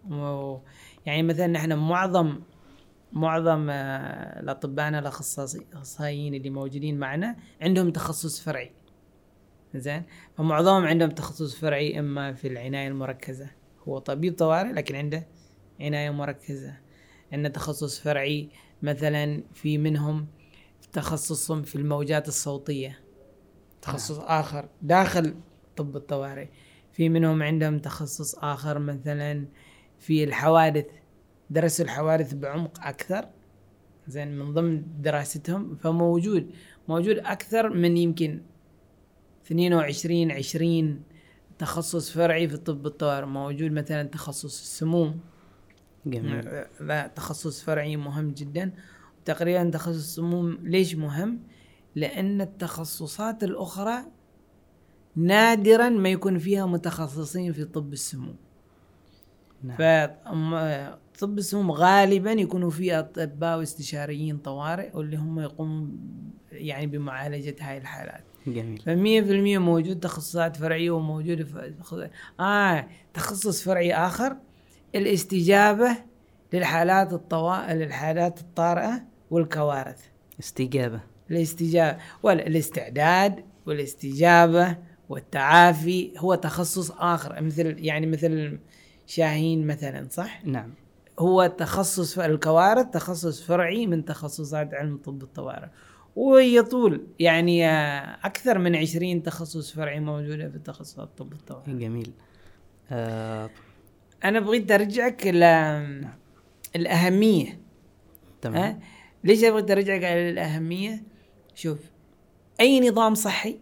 [SPEAKER 2] يعني مثلا نحن معظم معظم الأطباء الأخصائيين اللي موجودين معنا عندهم تخصص فرعي. زين، فمعظمهم عندهم تخصص فرعي، إما في العناية المركزة، هو طبيب طوارئ لكن عنده عناية مركزة. عنده تخصص فرعي مثلا في منهم تخصصهم في الموجات الصوتية، تخصص آه. آخر داخل طب الطوارئ. في منهم عندهم تخصص آخر مثلا في الحوادث، درسوا الحوادث بعمق أكثر. زين، من ضمن دراستهم فموجود موجود أكثر من يمكن اثنين وعشرين عشرين تخصص فرعي في طب الطوارئ. موجود مثلا تخصص السموم.
[SPEAKER 1] جميل.
[SPEAKER 2] لا، تخصص فرعي مهم جدا. تقريبا تخصص السموم ليش مهم؟ لأن التخصصات الأخرى نادرا ما يكون فيها متخصصين في طب السموم. نعم. فطب السموم غالبا يكونوا فيه أطباء واستشاريين طوارئ واللي هم يقوموا يعني بمعالجة هاي الحالات.
[SPEAKER 1] جميل.
[SPEAKER 2] فمية في المية موجود تخصصات فرعية وموجودة في آه تخصص فرعي آخر، الاستجابة للحالات الطوارئ للحالات الطارئة والكوارث.
[SPEAKER 1] استجابة
[SPEAKER 2] الاستجابة والاستعداد والاستجابة والتعافي هو تخصص آخر. مثل يعني مثل شاهين مثلا، صح؟
[SPEAKER 1] نعم.
[SPEAKER 2] هو تخصص الكوارث تخصص فرعي من تخصصات علم طب الطوارئ، ويطول يعني أكثر من عشرين تخصص فرعي موجودة في تخصصات طب الطوارئ.
[SPEAKER 1] جميل. آه
[SPEAKER 2] انا بغيت ارجعك الى الاهميه.
[SPEAKER 1] تمام.
[SPEAKER 2] ليش بغيت ارجعك الى الاهميه؟ شوف، اي نظام صحي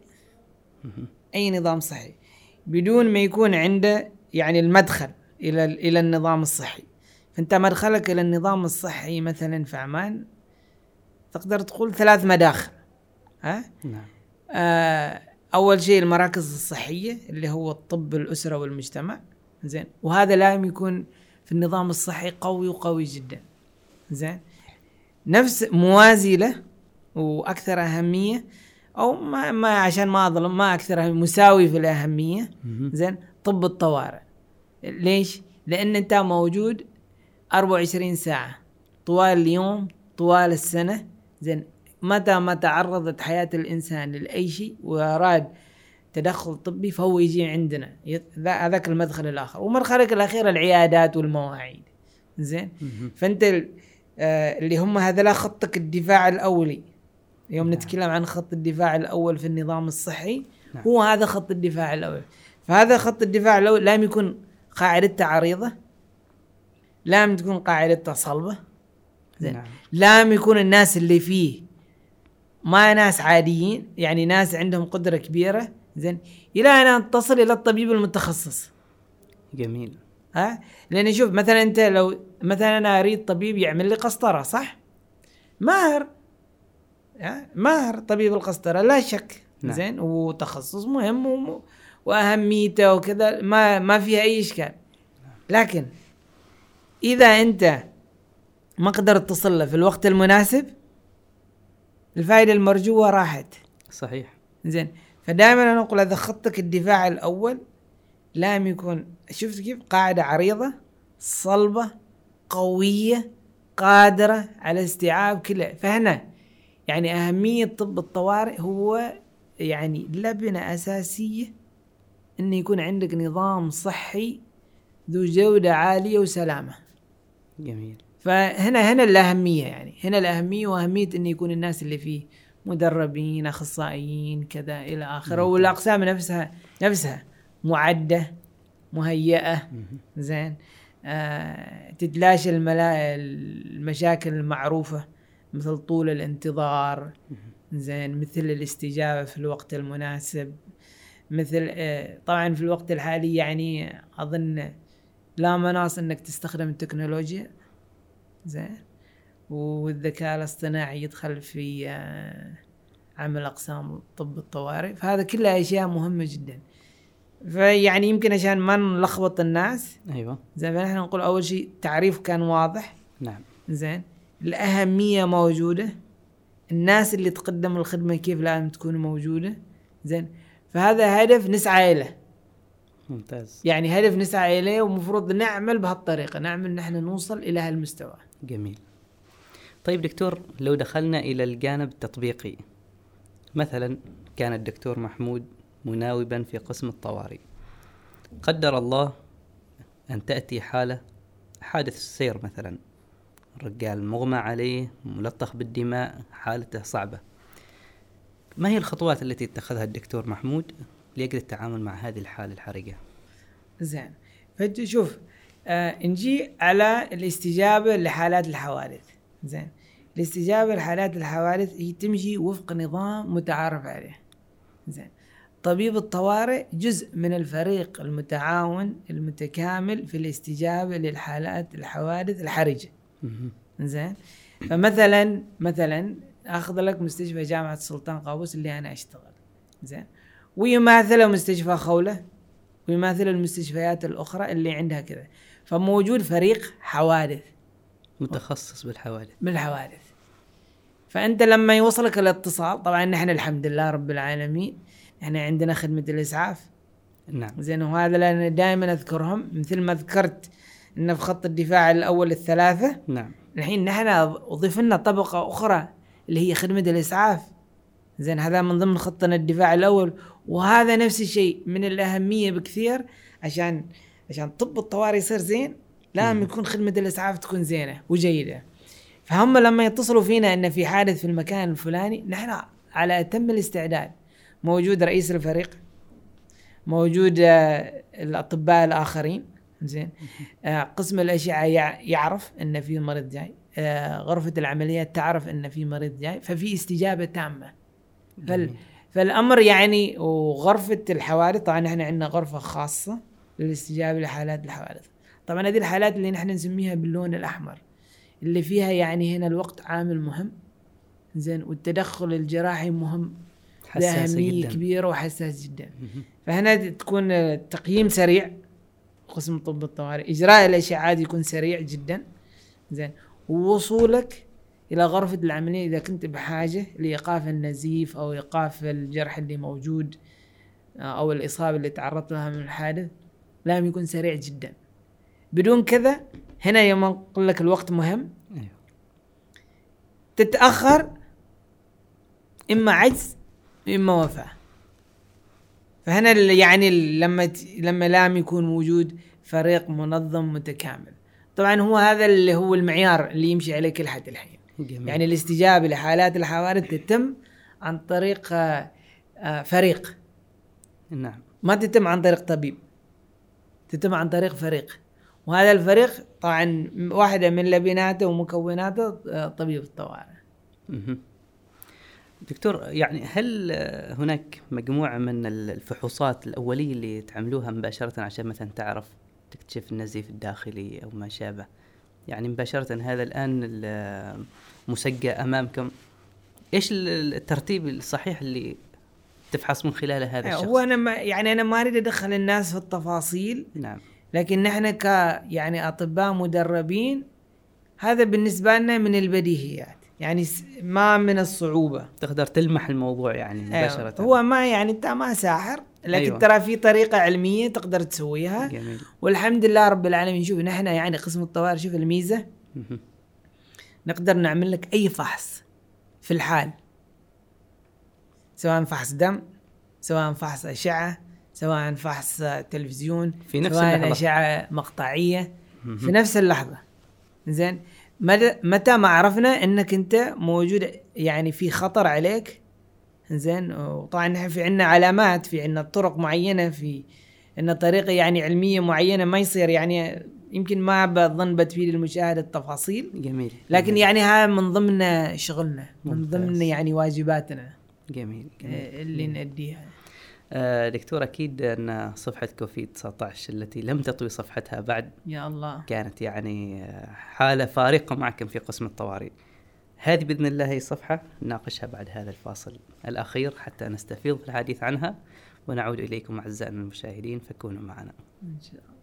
[SPEAKER 2] اي نظام صحي بدون ما يكون عنده يعني المدخل الى الى النظام الصحي، فانت مدخلك الى النظام الصحي مثلا في عمان تقدر تقول ثلاث مداخل. ها
[SPEAKER 1] نعم.
[SPEAKER 2] آه اول شيء المراكز الصحيه اللي هو الطب الاسره والمجتمع، زين، وهذا لازم يكون في النظام الصحي قوي وقوي جدا، زين. نفس موازي له واكثر اهميه، او ما, ما عشان ما اظلم، ما اكثر مساوي في الاهميه، زين، طب الطوارئ. ليش؟ لان انت موجود أربعة وعشرين ساعه طوال اليوم طوال السنه، زين. متى ما تعرضت حياه الانسان لاي شيء واراد تدخل طبي فهو يجي عندنا، هذاك المدخل الاخر. ومدخلك الاخير العيادات والمواعيد، زين. فانت آه اللي هم هذا خطك الدفاع الاولي. يوم نعم. نتكلم عن خط الدفاع الاول في النظام الصحي، نعم. هو هذا خط الدفاع الاول. فهذا خط الدفاع الاول لازم يكون قاعدته عريضه، لازم تكون قاعدته صلبه، زين. نعم. لازم يكون الناس اللي فيه ما ناس عاديين، يعني ناس عندهم قدره كبيره، زين، الى ان تصل الى الطبيب المتخصص.
[SPEAKER 1] جميل.
[SPEAKER 2] ها، لان شوف مثلا انت لو مثلا انا اريد طبيب يعمل لي قسطره، صح؟ ماهر، ماهر طبيب القسطره لا شك، نعم. زين، وتخصص مهم و... واهميته وكذا، ما ما فيها اي اشكال. لكن اذا انت ما قدرت تصل له في الوقت المناسب، الفائده المرجوه راحت.
[SPEAKER 1] صحيح.
[SPEAKER 2] زين. فدائما انا اقول هذا خطك الدفاع الاول لازم يكون، شفت كيف، قاعده عريضه صلبه قويه قادره على استيعاب كله. فهنا يعني اهميه طب الطوارئ هو يعني لبنه اساسيه ان يكون عندك نظام صحي ذو جوده عاليه وسلامه.
[SPEAKER 1] جميل.
[SPEAKER 2] فهنا هنا الاهميه، يعني هنا الاهميه واهميه ان يكون الناس اللي فيه مدربين اخصائيين كذا الى اخره، والاقسام نفسها نفسها معده مهيئه، زين. آه تتلاشى الملا... المشاكل المعروفه مثل طول الانتظار، زين، مثل الاستجابه في الوقت المناسب، مثل آه طبعا في الوقت الحالي يعني اظن لا مناص انك تستخدم التكنولوجيا، زين، والذكاء الاصطناعي يدخل في آه عمل اقسام طب الطوارئ. فهذا كلها اشياء مهمه جدا. فيعني يمكن عشان ما نلخبط الناس،
[SPEAKER 1] ايوه،
[SPEAKER 2] زين، فنحن نقول اول شيء تعريف كان واضح،
[SPEAKER 1] نعم،
[SPEAKER 2] زين، الاهميه موجوده، الناس اللي تقدم الخدمه كيف لازم تكون موجوده، زين. فهذا هدف نسعى له.
[SPEAKER 1] ممتاز.
[SPEAKER 2] يعني هدف نسعى اليه ومفروض نعمل بهالطريقه، نعمل نحن نوصل الى هالمستوى.
[SPEAKER 1] جميل. طيب دكتور، لو دخلنا الى الجانب التطبيقي، مثلا كان الدكتور محمود مناوبا في قسم الطوارئ، قدر الله أن تأتي حالة حادث السير مثلا، الرجال مغمى عليه ملطخ بالدماء، حالته صعبة، ما هي الخطوات التي اتخذها الدكتور محمود ليقدر التعامل مع هذه الحالة الحرجة؟
[SPEAKER 2] زين، فشوف آه نجي على الاستجابة لحالات الحوادث. زين، الاستجابة لحالات الحوادث هي تمشي وفق نظام متعارف عليه. زين، طبيب الطوارئ جزء من الفريق المتعاون المتكامل في الاستجابة للحالات الحوادث الحرجة. زين، فمثلا مثلا اخذ لك مستشفى جامعة السلطان قابوس اللي انا اشتغل، زين، ويماثله مستشفى خولة، ويماثل المستشفيات الاخرى اللي عندها كذا. فموجود فريق حوادث
[SPEAKER 1] متخصص بالحوادث
[SPEAKER 2] بالحوادث. فانت لما يوصلك الاتصال، طبعا نحن الحمد لله رب العالمين احنا عندنا خدمة الاسعاف،
[SPEAKER 1] نعم،
[SPEAKER 2] زين، وهذا لأنا دائما اذكرهم مثل ما ذكرت ان في خط الدفاع الاول الثلاثة،
[SPEAKER 1] نعم،
[SPEAKER 2] الحين نحن اضيف لنا طبقة اخرى اللي هي خدمة الاسعاف، زين، هذا من ضمن خطنا الدفاع الاول. وهذا نفس الشيء من الاهمية بكثير، عشان عشان طب الطوارئ يصير زين لازم يكون خدمة الاسعاف تكون زينة وجيدة. فهم لما يتصلوا فينا ان في حادث في المكان الفلاني، نحن على اتم الاستعداد، موجود رئيس الفريق، موجود الاطباء الاخرين، زين. آه قسم الأشعة يعرف أن في مريض جاي، آه غرفة العمليات تعرف أن في مريض جاي، ففي استجابة تامة. فال فالأمر يعني، وغرفة الحوادث طبعا احنا عندنا غرفة خاصة للاستجابة لحالات الحوادث. طبعا هذه الحالات اللي نحن نسميها باللون الأحمر، اللي فيها يعني هنا الوقت عامل مهم، زين، والتدخل الجراحي مهم، أهمية كبيرة وحساس جدا. فهنا تكون التقييم سريع، قسم طب الطوارئ إجراء الأشعات يكون سريع جدا، زين، ووصولك إلى غرفة العملية إذا كنت بحاجة لإيقاف النزيف أو إيقاف الجرح اللي موجود أو الإصابة اللي تعرضت لها من الحادث لازم يكون سريع جدا. بدون كذا هنا يوم أقول لك الوقت مهم، تتأخر إما عجز إما وفاة. فهنا يعني لما لما لازم يكون موجود فريق منظم متكامل. طبعا هو هذا اللي هو المعيار اللي يمشي عليه كل حد الحين. جميل. يعني الاستجابة لحالات الحوادث تتم عن طريق فريق،
[SPEAKER 1] نعم،
[SPEAKER 2] ما تتم عن طريق طبيب، تتم عن طريق فريق. وهذا الفريق طبعا واحدة من لبناته ومكوناته طبيب الطوارئ.
[SPEAKER 1] دكتور، يعني هل هناك مجموعة من الفحوصات الأولية اللي تعملوها مباشرة عشان مثلا تعرف تكتشف النزيف الداخلي أو ما شابه؟ يعني مباشرة هذا الآن المسجى أمامكم، إيش الترتيب الصحيح اللي تفحص من خلاله هذا الشخص؟
[SPEAKER 2] هو أنا ما يعني أنا ما أريد أدخل الناس في التفاصيل.
[SPEAKER 1] نعم.
[SPEAKER 2] لكن نحن ك يعني أطباء مدربين، هذا بالنسبة لنا من البديهيات، يعني ما من الصعوبة.
[SPEAKER 1] تقدر تلمح الموضوع يعني مباشرة.
[SPEAKER 2] أيوة. هو ما يعني أنت ما ساحر، لكن أيوة. ترى في طريقة علمية تقدر تسويها.
[SPEAKER 1] جميل.
[SPEAKER 2] والحمد لله رب العالمين. شوف نحن يعني قسم الطوارئ، شوف الميزة، نقدر نعمل لك أي فحص في الحال، سواء فحص دم، سواء فحص أشعة، سواء فحص تلفزيون،
[SPEAKER 1] في نفس
[SPEAKER 2] سواء
[SPEAKER 1] اللحظة.
[SPEAKER 2] أشعة مقطعية في نفس اللحظة. زين، متى ما عرفنا انك انت موجود يعني في خطر عليك، زين. وطبعا نحن في عنا علامات، في عنا طرق معينة، في عنا طريقة يعني علمية معينة، ما يصير يعني يمكن ما بظن بتفيد المشاهد التفاصيل.
[SPEAKER 1] جميل.
[SPEAKER 2] لكن
[SPEAKER 1] جميل.
[SPEAKER 2] يعني ها من ضمن شغلنا، من ضمن يعني واجباتنا.
[SPEAKER 1] جميل.
[SPEAKER 2] جميل. اللي جميل. نأديها.
[SPEAKER 1] آه دكتور، أكيد أن صفحة كوفيد تسعة عشر التي لم تطوي صفحتها بعد،
[SPEAKER 2] يا الله،
[SPEAKER 1] كانت يعني حالة فارقة معكم في قسم الطوارئ. هذه بإذن الله هي صفحة نناقشها بعد هذا الفاصل الأخير حتى نستفيض في الحديث عنها، ونعود إليكم أعزائنا المشاهدين، فكونوا معنا
[SPEAKER 2] إن شاء الله.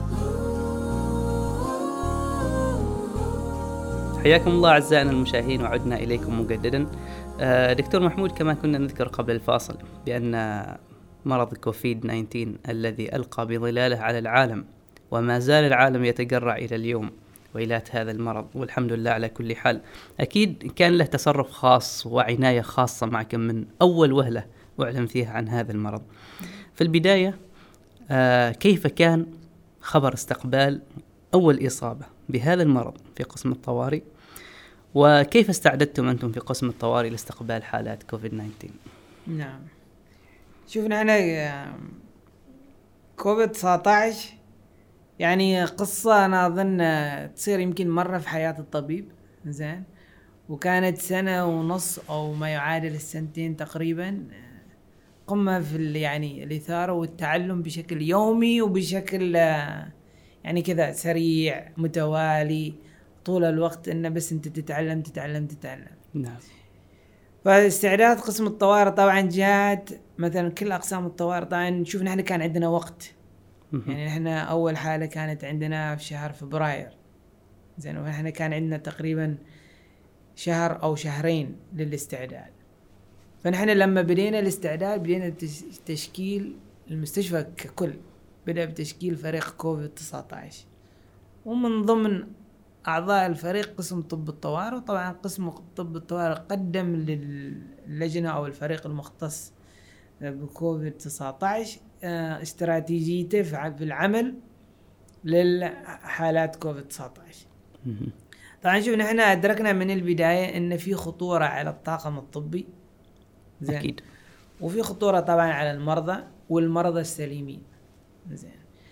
[SPEAKER 1] حياكم الله أعزائنا المشاهدين، وعدنا إليكم مجددا. آه دكتور محمود، كما كنا نذكر قبل الفاصل بأن مرض كوفيد تسعة عشر الذي ألقى بظلاله على العالم، وما زال العالم يتجرع إلى اليوم ويلات هذا المرض، والحمد لله على كل حال. أكيد كان له تصرف خاص وعناية خاصة معكم من أول وهلة أعلن فيها عن هذا المرض. في البداية آه كيف كان خبر استقبال أول إصابة بهذا المرض في قسم الطوارئ، وكيف استعددتم أنتم في قسم الطوارئ لاستقبال حالات كوفيد تسعة عشر؟
[SPEAKER 2] نعم، شوفنا أنا كوفيد تسعة عشر يعني قصة أنا أظن تصير يمكن مرة في حياة الطبيب، زين، وكانت سنة ونص أو ما يعادل السنتين تقريبا قمة في يعني الإثارة والتعلم بشكل يومي وبشكل يعني كذا سريع متوالي طول الوقت، إنه بس أنت تتعلم تتعلم تتعلم.
[SPEAKER 1] نعم.
[SPEAKER 2] فاستعداد قسم الطوارئ طبعا جات مثلا كل أقسام الطوارئ. طبعا نشوف نحن كان عندنا وقت، يعني نحن أول حالة كانت عندنا في شهر فبراير، زين، ونحن كان عندنا تقريبا شهر أو شهرين للاستعداد. فنحن لما بدينا الاستعداد بدينا تشكيل المستشفى ككل، بدأ بتشكيل فريق كوفيد تسعة عشر، ومن ضمن أعضاء الفريق قسم طب الطوارئ. وطبعا قسم طب الطوارئ قدم للجنة أو الفريق المختص بكوفيد تسعة عشر استراتيجيته في العمل للحالات كوفيد تسعة عشر. طبعا شوف نحن أدركنا من البداية إن في خطورة على الطاقم الطبي، زين،
[SPEAKER 1] أكيد،
[SPEAKER 2] وفي خطورة طبعا على المرضى والمرضى السليمين، زين.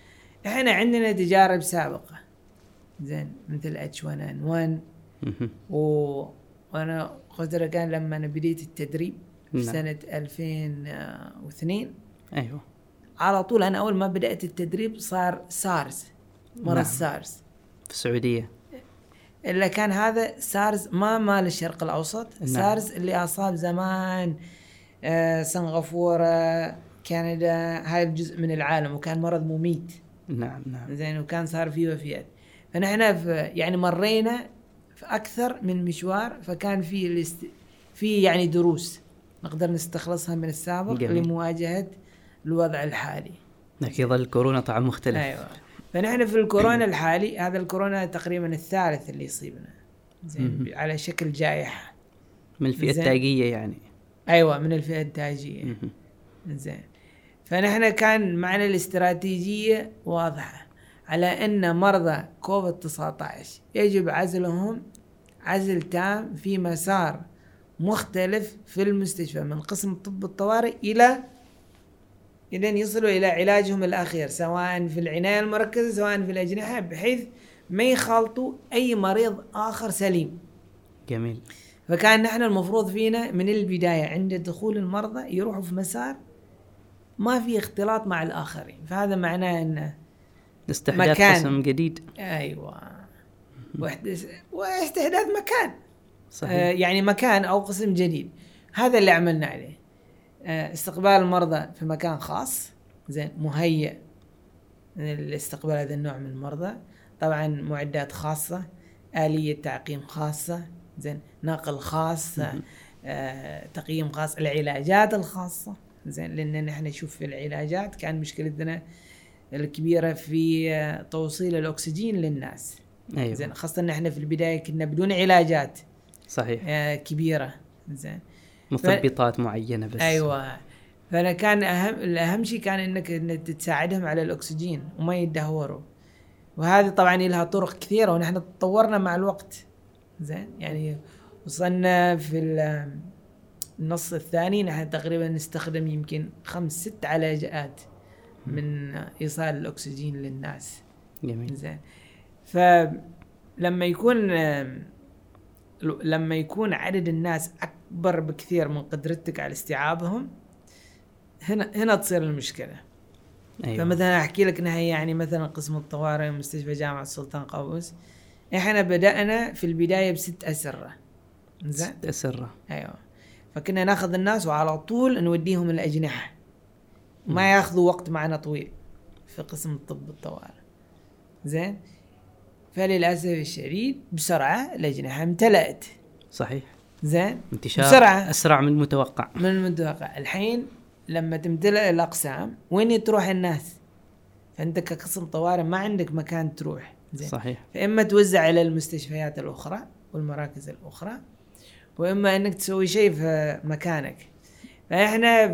[SPEAKER 2] احنا عندنا تجارب سابقة زين مثل اتش واحد ان واحد و... وانا قدر كان لما انا بديت التدريب في
[SPEAKER 1] نعم.
[SPEAKER 2] سنة ألفين واثنين
[SPEAKER 1] ايوه
[SPEAKER 2] على طول انا اول ما بدأت التدريب صار سارز مرض. نعم. سارز
[SPEAKER 1] في السعودية،
[SPEAKER 2] إلا كان هذا سارز ما مال الشرق الأوسط. نعم. سارز اللي أصاب زمان آه سنغافورة كندا، هاي الجزء من العالم، وكان مرض مميت.
[SPEAKER 1] نعم نعم
[SPEAKER 2] زين، وكان صار فيه وفيات. فنحن في يعني مرينا في أكثر من مشوار، فكان في الاست... في يعني دروس نقدر نستخلصها من السابق. جميل. لمواجهة الوضع الحالي.
[SPEAKER 1] لكن يظل الكورونا طبعا مختلف.
[SPEAKER 2] أيوة. فنحن في الكورونا الحالي، هذا الكورونا تقريبا الثالث اللي يصيبنا زين على شكل جائحة
[SPEAKER 1] من الفئة التاجية يعني.
[SPEAKER 2] أيوة من الفئة التاجية. زين، فنحن كان معنا الاستراتيجية واضحة على أن مرضى كوفيد تسعة عشر يجب عزلهم عزل تام في مسار مختلف في المستشفى من قسم طب الطوارئ إلى إلى يصلوا إلى علاجهم الأخير، سواء في العناية المركزة سواء في الأجنحة، بحيث ما يخلطوا أي مريض آخر سليم.
[SPEAKER 1] جميل.
[SPEAKER 2] فكان نحن المفروض فينا من البداية عند دخول المرضى يروحوا في مسار ما في اختلاط مع الآخرين. فهذا معناه أن
[SPEAKER 1] استحداث قسم جديد.
[SPEAKER 2] أيوة، واستحداث مكان.
[SPEAKER 1] صحيح.
[SPEAKER 2] آه يعني مكان أو قسم جديد. هذا اللي عملنا عليه، آه استقبال المرضى في مكان خاص زين مهيئ لاستقبال هذا النوع من المرضى. طبعا معدات خاصة، آلية تعقيم خاصة زين، نقل خاص، آه تقييم خاص، العلاجات الخاصة زين، لأن نحن نشوف في العلاجات كان مشكلتنا الكبيرة في توصيل الأكسجين للناس.
[SPEAKER 1] أيوة.
[SPEAKER 2] زين، خاصة نحن في البداية كنا بدون علاجات.
[SPEAKER 1] صحيح.
[SPEAKER 2] آه كبيرة زين،
[SPEAKER 1] مثبطات ف... معينة بس.
[SPEAKER 2] أيوة. فأنا كان أهم الأهم شيء كان إنك إنك تساعدهم على الأكسجين وما يدهوروا، وهذه طبعا لها طرق كثيرة ونحن تطورنا مع الوقت زين. يعني وصلنا في النص الثاني نحن تقريبا نستخدم يمكن خمس ست علاجات من إيصال الأكسجين للناس.
[SPEAKER 1] جميل.
[SPEAKER 2] زين، فلما يكون لما يكون عدد الناس أكبر بكثير من قدرتك على استيعابهم، هنا هنا تصير المشكلة. أيوة. فمثلا أحكي لك نهي يعني مثلا قسم الطوارئ مستشفى جامعة السلطان قابوس، إحنا بدأنا في البداية بست أسرة.
[SPEAKER 1] زين، ست أسرة.
[SPEAKER 2] أيوة. فكنا ناخذ الناس وعلى طول نوديهم الأجنحة، ما ياخذوا وقت معنا طويل في قسم الطب الطوارئ. زين، فللأسف الشديد بسرعة الأجنحة امتلأت.
[SPEAKER 1] صحيح.
[SPEAKER 2] زين،
[SPEAKER 1] انتشار بسرعة أسرع من المتوقع.
[SPEAKER 2] من المتوقع. الحين لما تمتلأ الأقسام وين تروح الناس؟ فأنت كقسم طوارئ ما عندك مكان تروح. زين.
[SPEAKER 1] صحيح.
[SPEAKER 2] فإما توزع على المستشفيات الأخرى والمراكز الأخرى، وإما أنك تسوي شيء في مكانك. فإحنا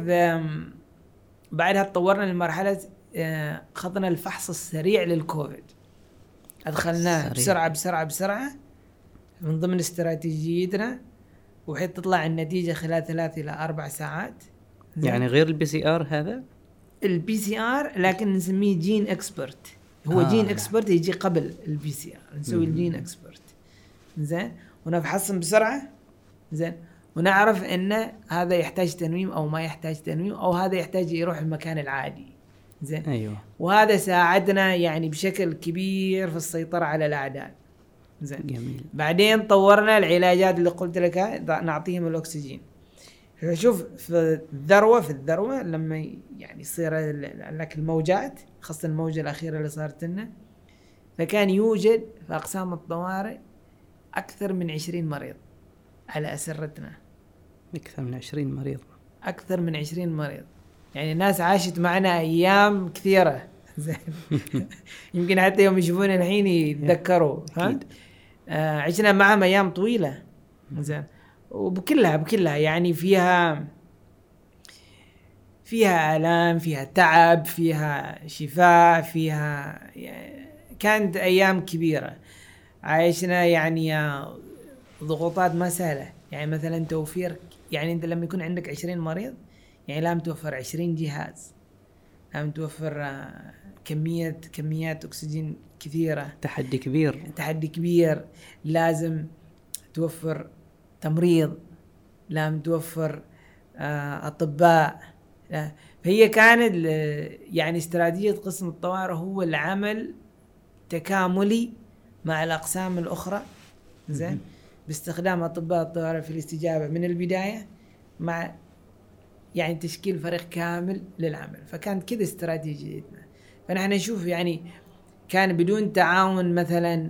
[SPEAKER 2] بعدها تطورنا لمرحلة خطنا الفحص السريع للكوفيد، أدخلناه بسرعة بسرعة بسرعة من ضمن استراتيجيتنا، وحيث تطلع النتيجة خلال ثلاث إلى أربع ساعات.
[SPEAKER 1] يعني غير البي سي آر هذا؟
[SPEAKER 2] البي سي آر لكن نسميه جين اكسبرت. هو آه جين اكسبرت يجي قبل البي سي آر، نسوي الجين اكسبرت. زين، ونفحصهم بسرعة. زين، ونعرف ان هذا يحتاج تنويم او ما يحتاج تنويم، او هذا يحتاج يروح المكان العادي. زين.
[SPEAKER 1] ايوه.
[SPEAKER 2] وهذا ساعدنا يعني بشكل كبير في السيطرة على الاعداد. زين.
[SPEAKER 1] جميل. بعدين
[SPEAKER 2] طورنا العلاجات اللي قلت لك نعطيهم الاكسجين. شوف في الذروة في الذروة لما يعني يصير لك الموجات، خاصة الموجة الأخيرة اللي صارت لنا، فكان يوجد في أقسام الطوارئ أكثر من عشرين مريض على أسرتنا.
[SPEAKER 1] أكثر من عشرين مريض.
[SPEAKER 2] أكثر من عشرين مريض، يعني الناس عاشت معنا أيام كثيرة. زين. يمكن حتى يوم يشوفون الحين يتذكروا. آه عشنا معهم أيام طويلة. زين، وبكلها بكلها يعني فيها فيها آلام، فيها تعب، فيها شفاء، فيها يعني كانت أيام كبيرة عايشنا. يعني ضغوطات ما سهلة، يعني مثلا توفير، يعني أنت لما يكون عندك عشرين مريض يعني لازم توفر عشرين جهاز لازم توفر كمية كميات أكسجين كثيرة.
[SPEAKER 1] تحدي كبير.
[SPEAKER 2] تحدي كبير. لازم توفر تمريض، لازم توفر أطباء. فهي كانت يعني استراتيجية قسم الطوارئ هو العمل تكاملي مع الأقسام الأخرى، زين، باستخدام أطباء الطوارئ في الاستجابة من البداية، مع يعني تشكيل فريق كامل للعمل. فكانت كذا استراتيجيتنا. فنحن نشوف يعني كان بدون تعاون مثلا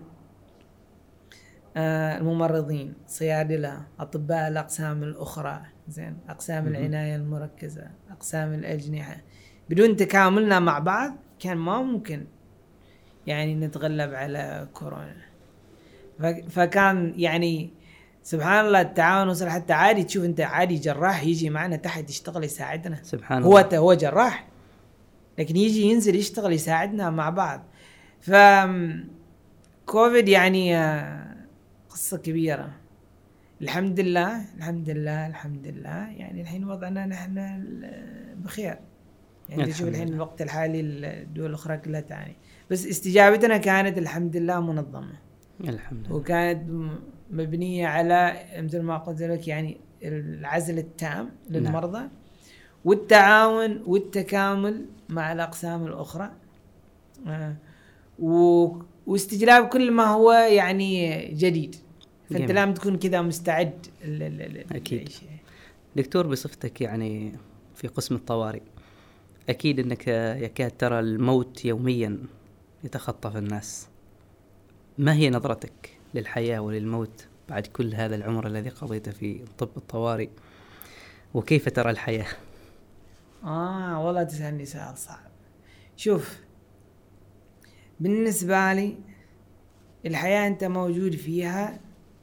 [SPEAKER 2] الممرضين، صيادلة، أطباء الأقسام الأخرى، زين، أقسام العناية المركزة، أقسام الأجنحة، بدون تكاملنا مع بعض كان ما ممكن يعني نتغلب على كورونا. فكان يعني سبحان الله التعاون وصل حتى عادي تشوف انت عادي جراح يجي معنا تحت يشتغل يساعدنا.
[SPEAKER 1] سبحان
[SPEAKER 2] هو
[SPEAKER 1] الله.
[SPEAKER 2] هو جراح لكن يجي ينزل يشتغل يساعدنا مع بعض. ف كوفيد يعني قصة كبيرة. الحمد لله الحمد لله الحمد لله يعني الحين وضعنا نحن بخير. يعني تشوف الحين الوقت الحالي الدول الأخرى كلها تعاني، بس استجابتنا كانت الحمد لله منظمة
[SPEAKER 1] الحمد لله،
[SPEAKER 2] وكانت مبنية على مثل ما قلت لك يعني العزل التام للمرضى، نعم. والتعاون والتكامل مع الأقسام الأخرى، آه. و... واستجلاب كل ما هو يعني جديد. فأنت جميل. لازم تكون كذا مستعد ل... ل...
[SPEAKER 1] أكيد. دكتور، بصفتك يعني في قسم الطوارئ، أكيد أنك يكاد ترى الموت يوميا يتخطف الناس. ما هي نظرتك للحياة وللموت بعد كل هذا العمر الذي قضيته في طب الطوارئ، وكيف ترى الحياة؟
[SPEAKER 2] آه والله تسألني سؤال صعب. شوف، بالنسبة لي الحياة أنت موجود فيها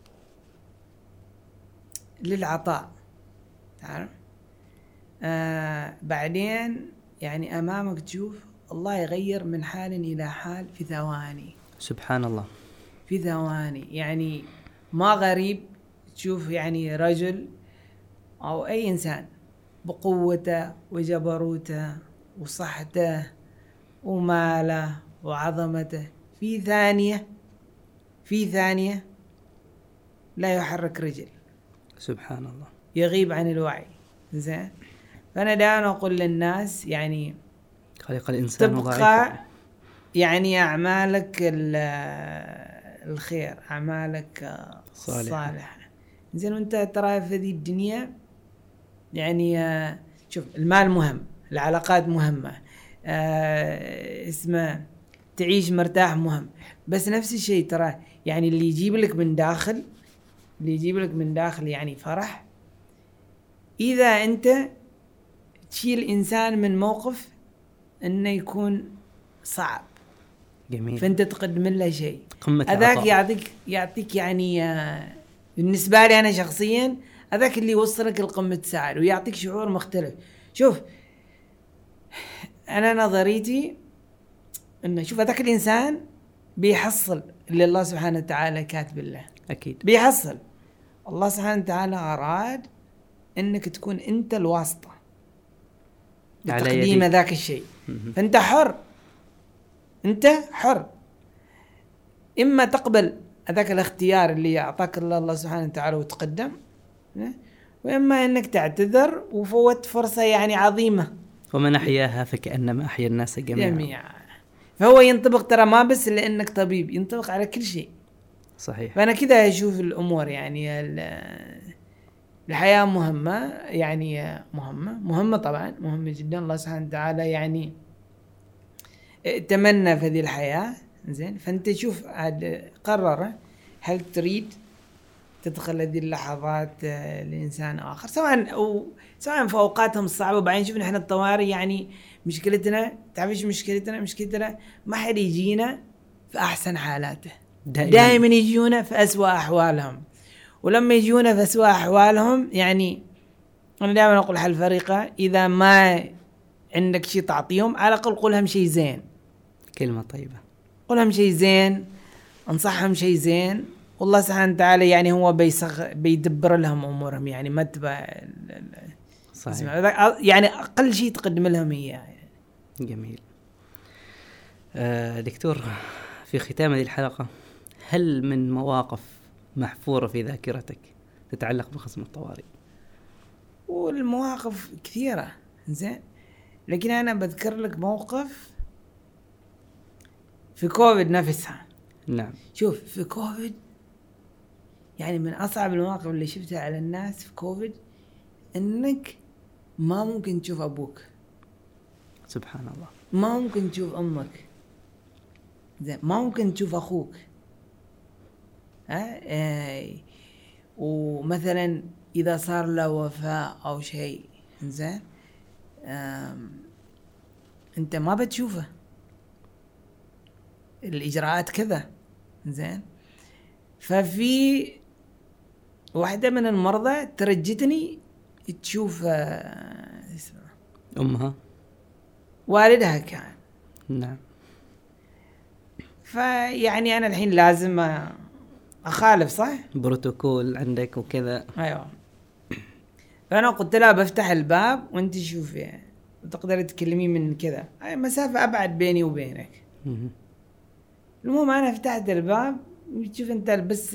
[SPEAKER 2] للعطاء، تعرف؟ آه بعدين يعني أمامك تشوف الله يغير من حال إلى حال في ثواني.
[SPEAKER 1] سبحان الله.
[SPEAKER 2] في ثواني. يعني ما غريب تشوف يعني رجل أو أي إنسان بقوته وجبروته وصحته وماله وعظمته في ثانية في ثانية لا يحرك رجل.
[SPEAKER 1] سبحان الله.
[SPEAKER 2] يغيب عن الوعي. زين. فأنا دائما أقول للناس يعني
[SPEAKER 1] خلق الإنسان
[SPEAKER 2] تبقى يعني أعمالك الخير، أعمالك الصالحة. زين. وأنت ترى في هذه الدنيا يعني شوف المال مهم، العلاقات مهمة، آه اسمه تعيش مرتاح مهم، بس نفس الشيء ترى يعني اللي يجيب لك من داخل اللي يجيب لك من داخل يعني فرح، إذا أنت تشيل إنسان من موقف إنه يكون صعب.
[SPEAKER 1] جميل.
[SPEAKER 2] فأنت تقدم له شيء
[SPEAKER 1] هذاك
[SPEAKER 2] يعطيك يعطيك يعني آه بالنسبة لي أنا شخصيا هذاك اللي يوصلك لقمة سعادة ويعطيك شعور مختلف. شوف أنا نظريتي إنه شوف هذاك الإنسان بيحصل اللي الله سبحانه وتعالى كاتب له.
[SPEAKER 1] أكيد
[SPEAKER 2] بيحصل. الله سبحانه وتعالى أراد إنك تكون أنت الواسطة لتقديم ذاك الشيء. فأنت حر، أنت حر، إما تقبل هذاك الاختيار اللي أعطاك الله الله سبحانه وتعالى وتقدم، وإما إنك تعتذر وفوت فرصة يعني عظيمة.
[SPEAKER 1] ومن أحياها فكأنما أحيا الناس جميعا.
[SPEAKER 2] جميعا. فهو ينطبق ترى ما بس لأنك طبيب، ينطبق على كل شيء.
[SPEAKER 1] صحيح.
[SPEAKER 2] فأنا كذا أشوف الأمور يعني الحياة مهمة، يعني مهمة مهمة طبعا مهمة جدا. الله سبحانه وتعالى يعني تمنى في هذه الحياة. زين. فأنت شوف قرر هل تريد تدخل هذه اللحظات لإنسان آخر، سواء أو سواء في أوقاتهم الصعبة. بعدين شوف نحن الطوارئ يعني مشكلتنا، تعرفش مشكلتنا مشكلتنا ما حد يجينا في أحسن حالاته، دائما, دائما يجيونا في أسوأ أحوالهم. ولما يجيونا في أسوأ أحوالهم يعني أنا دائما أقول حل فريقة، إذا ما عندك شيء تعطيهم على الأقل قولهم شيء زين،
[SPEAKER 1] كلمة طيبة،
[SPEAKER 2] قولهم شيء زين، انصحهم شيء زين، والله سبحانه وتعالى يعني هو بيسغ بيدبر لهم أمورهم. يعني ما تبع
[SPEAKER 1] صحيح.
[SPEAKER 2] يعني أقل شيء تقدم لهم إياه يعني.
[SPEAKER 1] جميل. آه دكتور، في ختام هذه الحلقة، هل من مواقف محفورة في ذاكرتك تتعلق بقسم الطوارئ؟
[SPEAKER 2] والمواقف كثيرة زين، لكن أنا بذكر لك موقف في كوفيد نفسها.
[SPEAKER 1] نعم.
[SPEAKER 2] شوف، في كوفيد يعني من أصعب المواقف اللي شفتها على الناس في كوفيد إنك ما ممكن تشوف أبوك،
[SPEAKER 1] سبحان الله،
[SPEAKER 2] ما ممكن تشوف أمك، زين، ما ممكن تشوف أخوك. ها آه ومثلا إذا صار له وفاة أو شيء، زين، أنت ما بتشوفه، الإجراءات كذا، زين. ففي واحدة من المرضى ترجتني تشوف آه اسمه
[SPEAKER 1] أمها،
[SPEAKER 2] والدها كان.
[SPEAKER 1] نعم.
[SPEAKER 2] فيعني أنا الحين لازم أخالف، صح؟
[SPEAKER 1] بروتوكول عندك وكذا.
[SPEAKER 2] أيوة. فأنا قلت لها بفتح الباب وأنت شوفي وتقدر تكلمي من كذا، هاي مسافة أبعد بيني وبينك.
[SPEAKER 1] مم.
[SPEAKER 2] المهم أنا فتحت الباب وتشوف أنت بس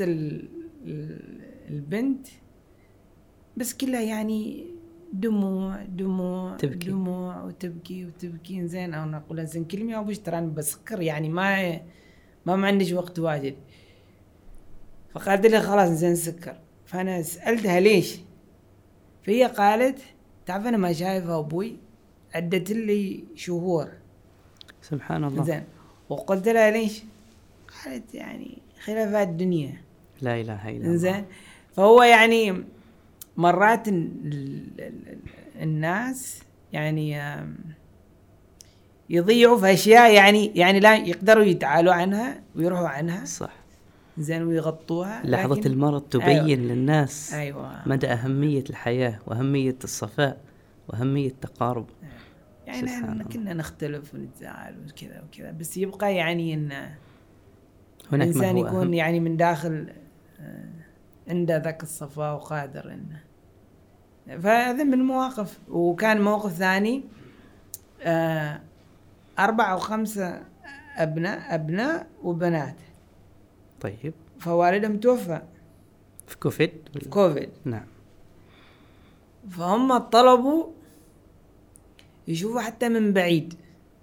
[SPEAKER 2] البنت بس كلها يعني دموع دموع
[SPEAKER 1] تبكي.
[SPEAKER 2] دموع وتبكي وتبكي. زين، أو نقول زين كلمة أو بشتري أنا بسكر، يعني ما ما ما عنديش وقت واجد. فقالت لي خلاص زين سكر. فأنا سألتها ليش، فهي قالت تعرف أنا ما شايفة أبوي عدت لي شهور.
[SPEAKER 1] سبحان الله.
[SPEAKER 2] زين، وقلت لها ليش، قالت يعني خلافات الدنيا.
[SPEAKER 1] لا إله إلا الله.
[SPEAKER 2] زين، فهو يعني مرات الناس يعني يضيعوا في أشياء يعني يعني لا يقدروا يتعالوا عنها ويروحوا عنها،
[SPEAKER 1] صح.
[SPEAKER 2] زين، ويغطوها.
[SPEAKER 1] لحظة
[SPEAKER 2] لكن
[SPEAKER 1] المرض تبين
[SPEAKER 2] أيوة.
[SPEAKER 1] للناس
[SPEAKER 2] أيوة.
[SPEAKER 1] مدى أهمية الحياة وأهمية الصفاء وأهمية التقارب.
[SPEAKER 2] يعني احنا كنا نختلف ونتزاعل وكذا وكذا، بس يبقى يعني ان
[SPEAKER 1] هناك
[SPEAKER 2] الانسان
[SPEAKER 1] ما هو
[SPEAKER 2] يكون
[SPEAKER 1] أهم.
[SPEAKER 2] يعني من داخل عنده ذاك الصفاء وقادر انه. فهذا من المواقف. وكان موقف ثاني، آه أربعة أو خمسة أبناء أبناء وبنات.
[SPEAKER 1] طيب.
[SPEAKER 2] فوالدهم توفى
[SPEAKER 1] في كوفيد.
[SPEAKER 2] في كوفيد.
[SPEAKER 1] نعم.
[SPEAKER 2] فهم طلبوا يشوفوا حتى من بعيد.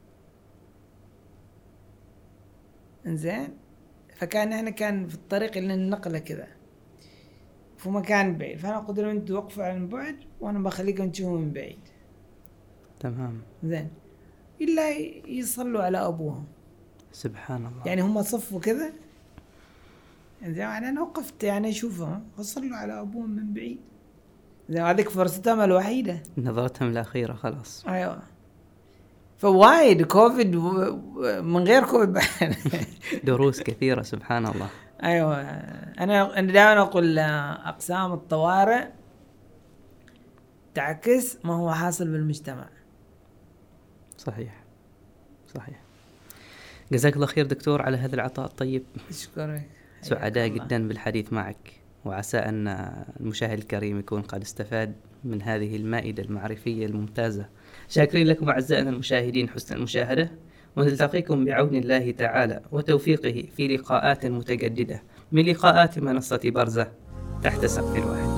[SPEAKER 2] انزين، فكان احنا كان في الطريق اللي النقله كذا في مكان بعيد، فانا قلت لهم انتوا وقفوا عن بعد وانا بخليكم تشوفوا من بعيد.
[SPEAKER 1] تمام.
[SPEAKER 2] زين، الا يصلوا على ابوهم.
[SPEAKER 1] سبحان الله.
[SPEAKER 2] يعني هم صفوا كذا، زين، انا وقفت يعني اشوفهم وصلوا على ابوهم من بعيد. زين، هذيك فرصتهم الوحيده،
[SPEAKER 1] نظرتهم الأخيرة خلاص.
[SPEAKER 2] ايوه. فوايد كوفيد من غير كوفيد
[SPEAKER 1] دروس كثيرة. سبحان الله.
[SPEAKER 2] ايوه. انا انا دائما اقول اقسام الطوارئ تعكس ما هو حاصل بالمجتمع.
[SPEAKER 1] صحيح صحيح. جزاك الله خير دكتور على هذا العطاء الطيب.
[SPEAKER 2] اشكرك.
[SPEAKER 1] سعداء جدا بالحديث معك، وعسى أن المشاهد الكريم يكون قد استفاد من هذه المائدة المعرفية الممتازة. شاكرين لكم أعزائنا المشاهدين حسن المشاهدة، ونلتقيكم بعون الله تعالى وتوفيقه في لقاءات متجددة من لقاءات منصة برزة تحت سقف واحد.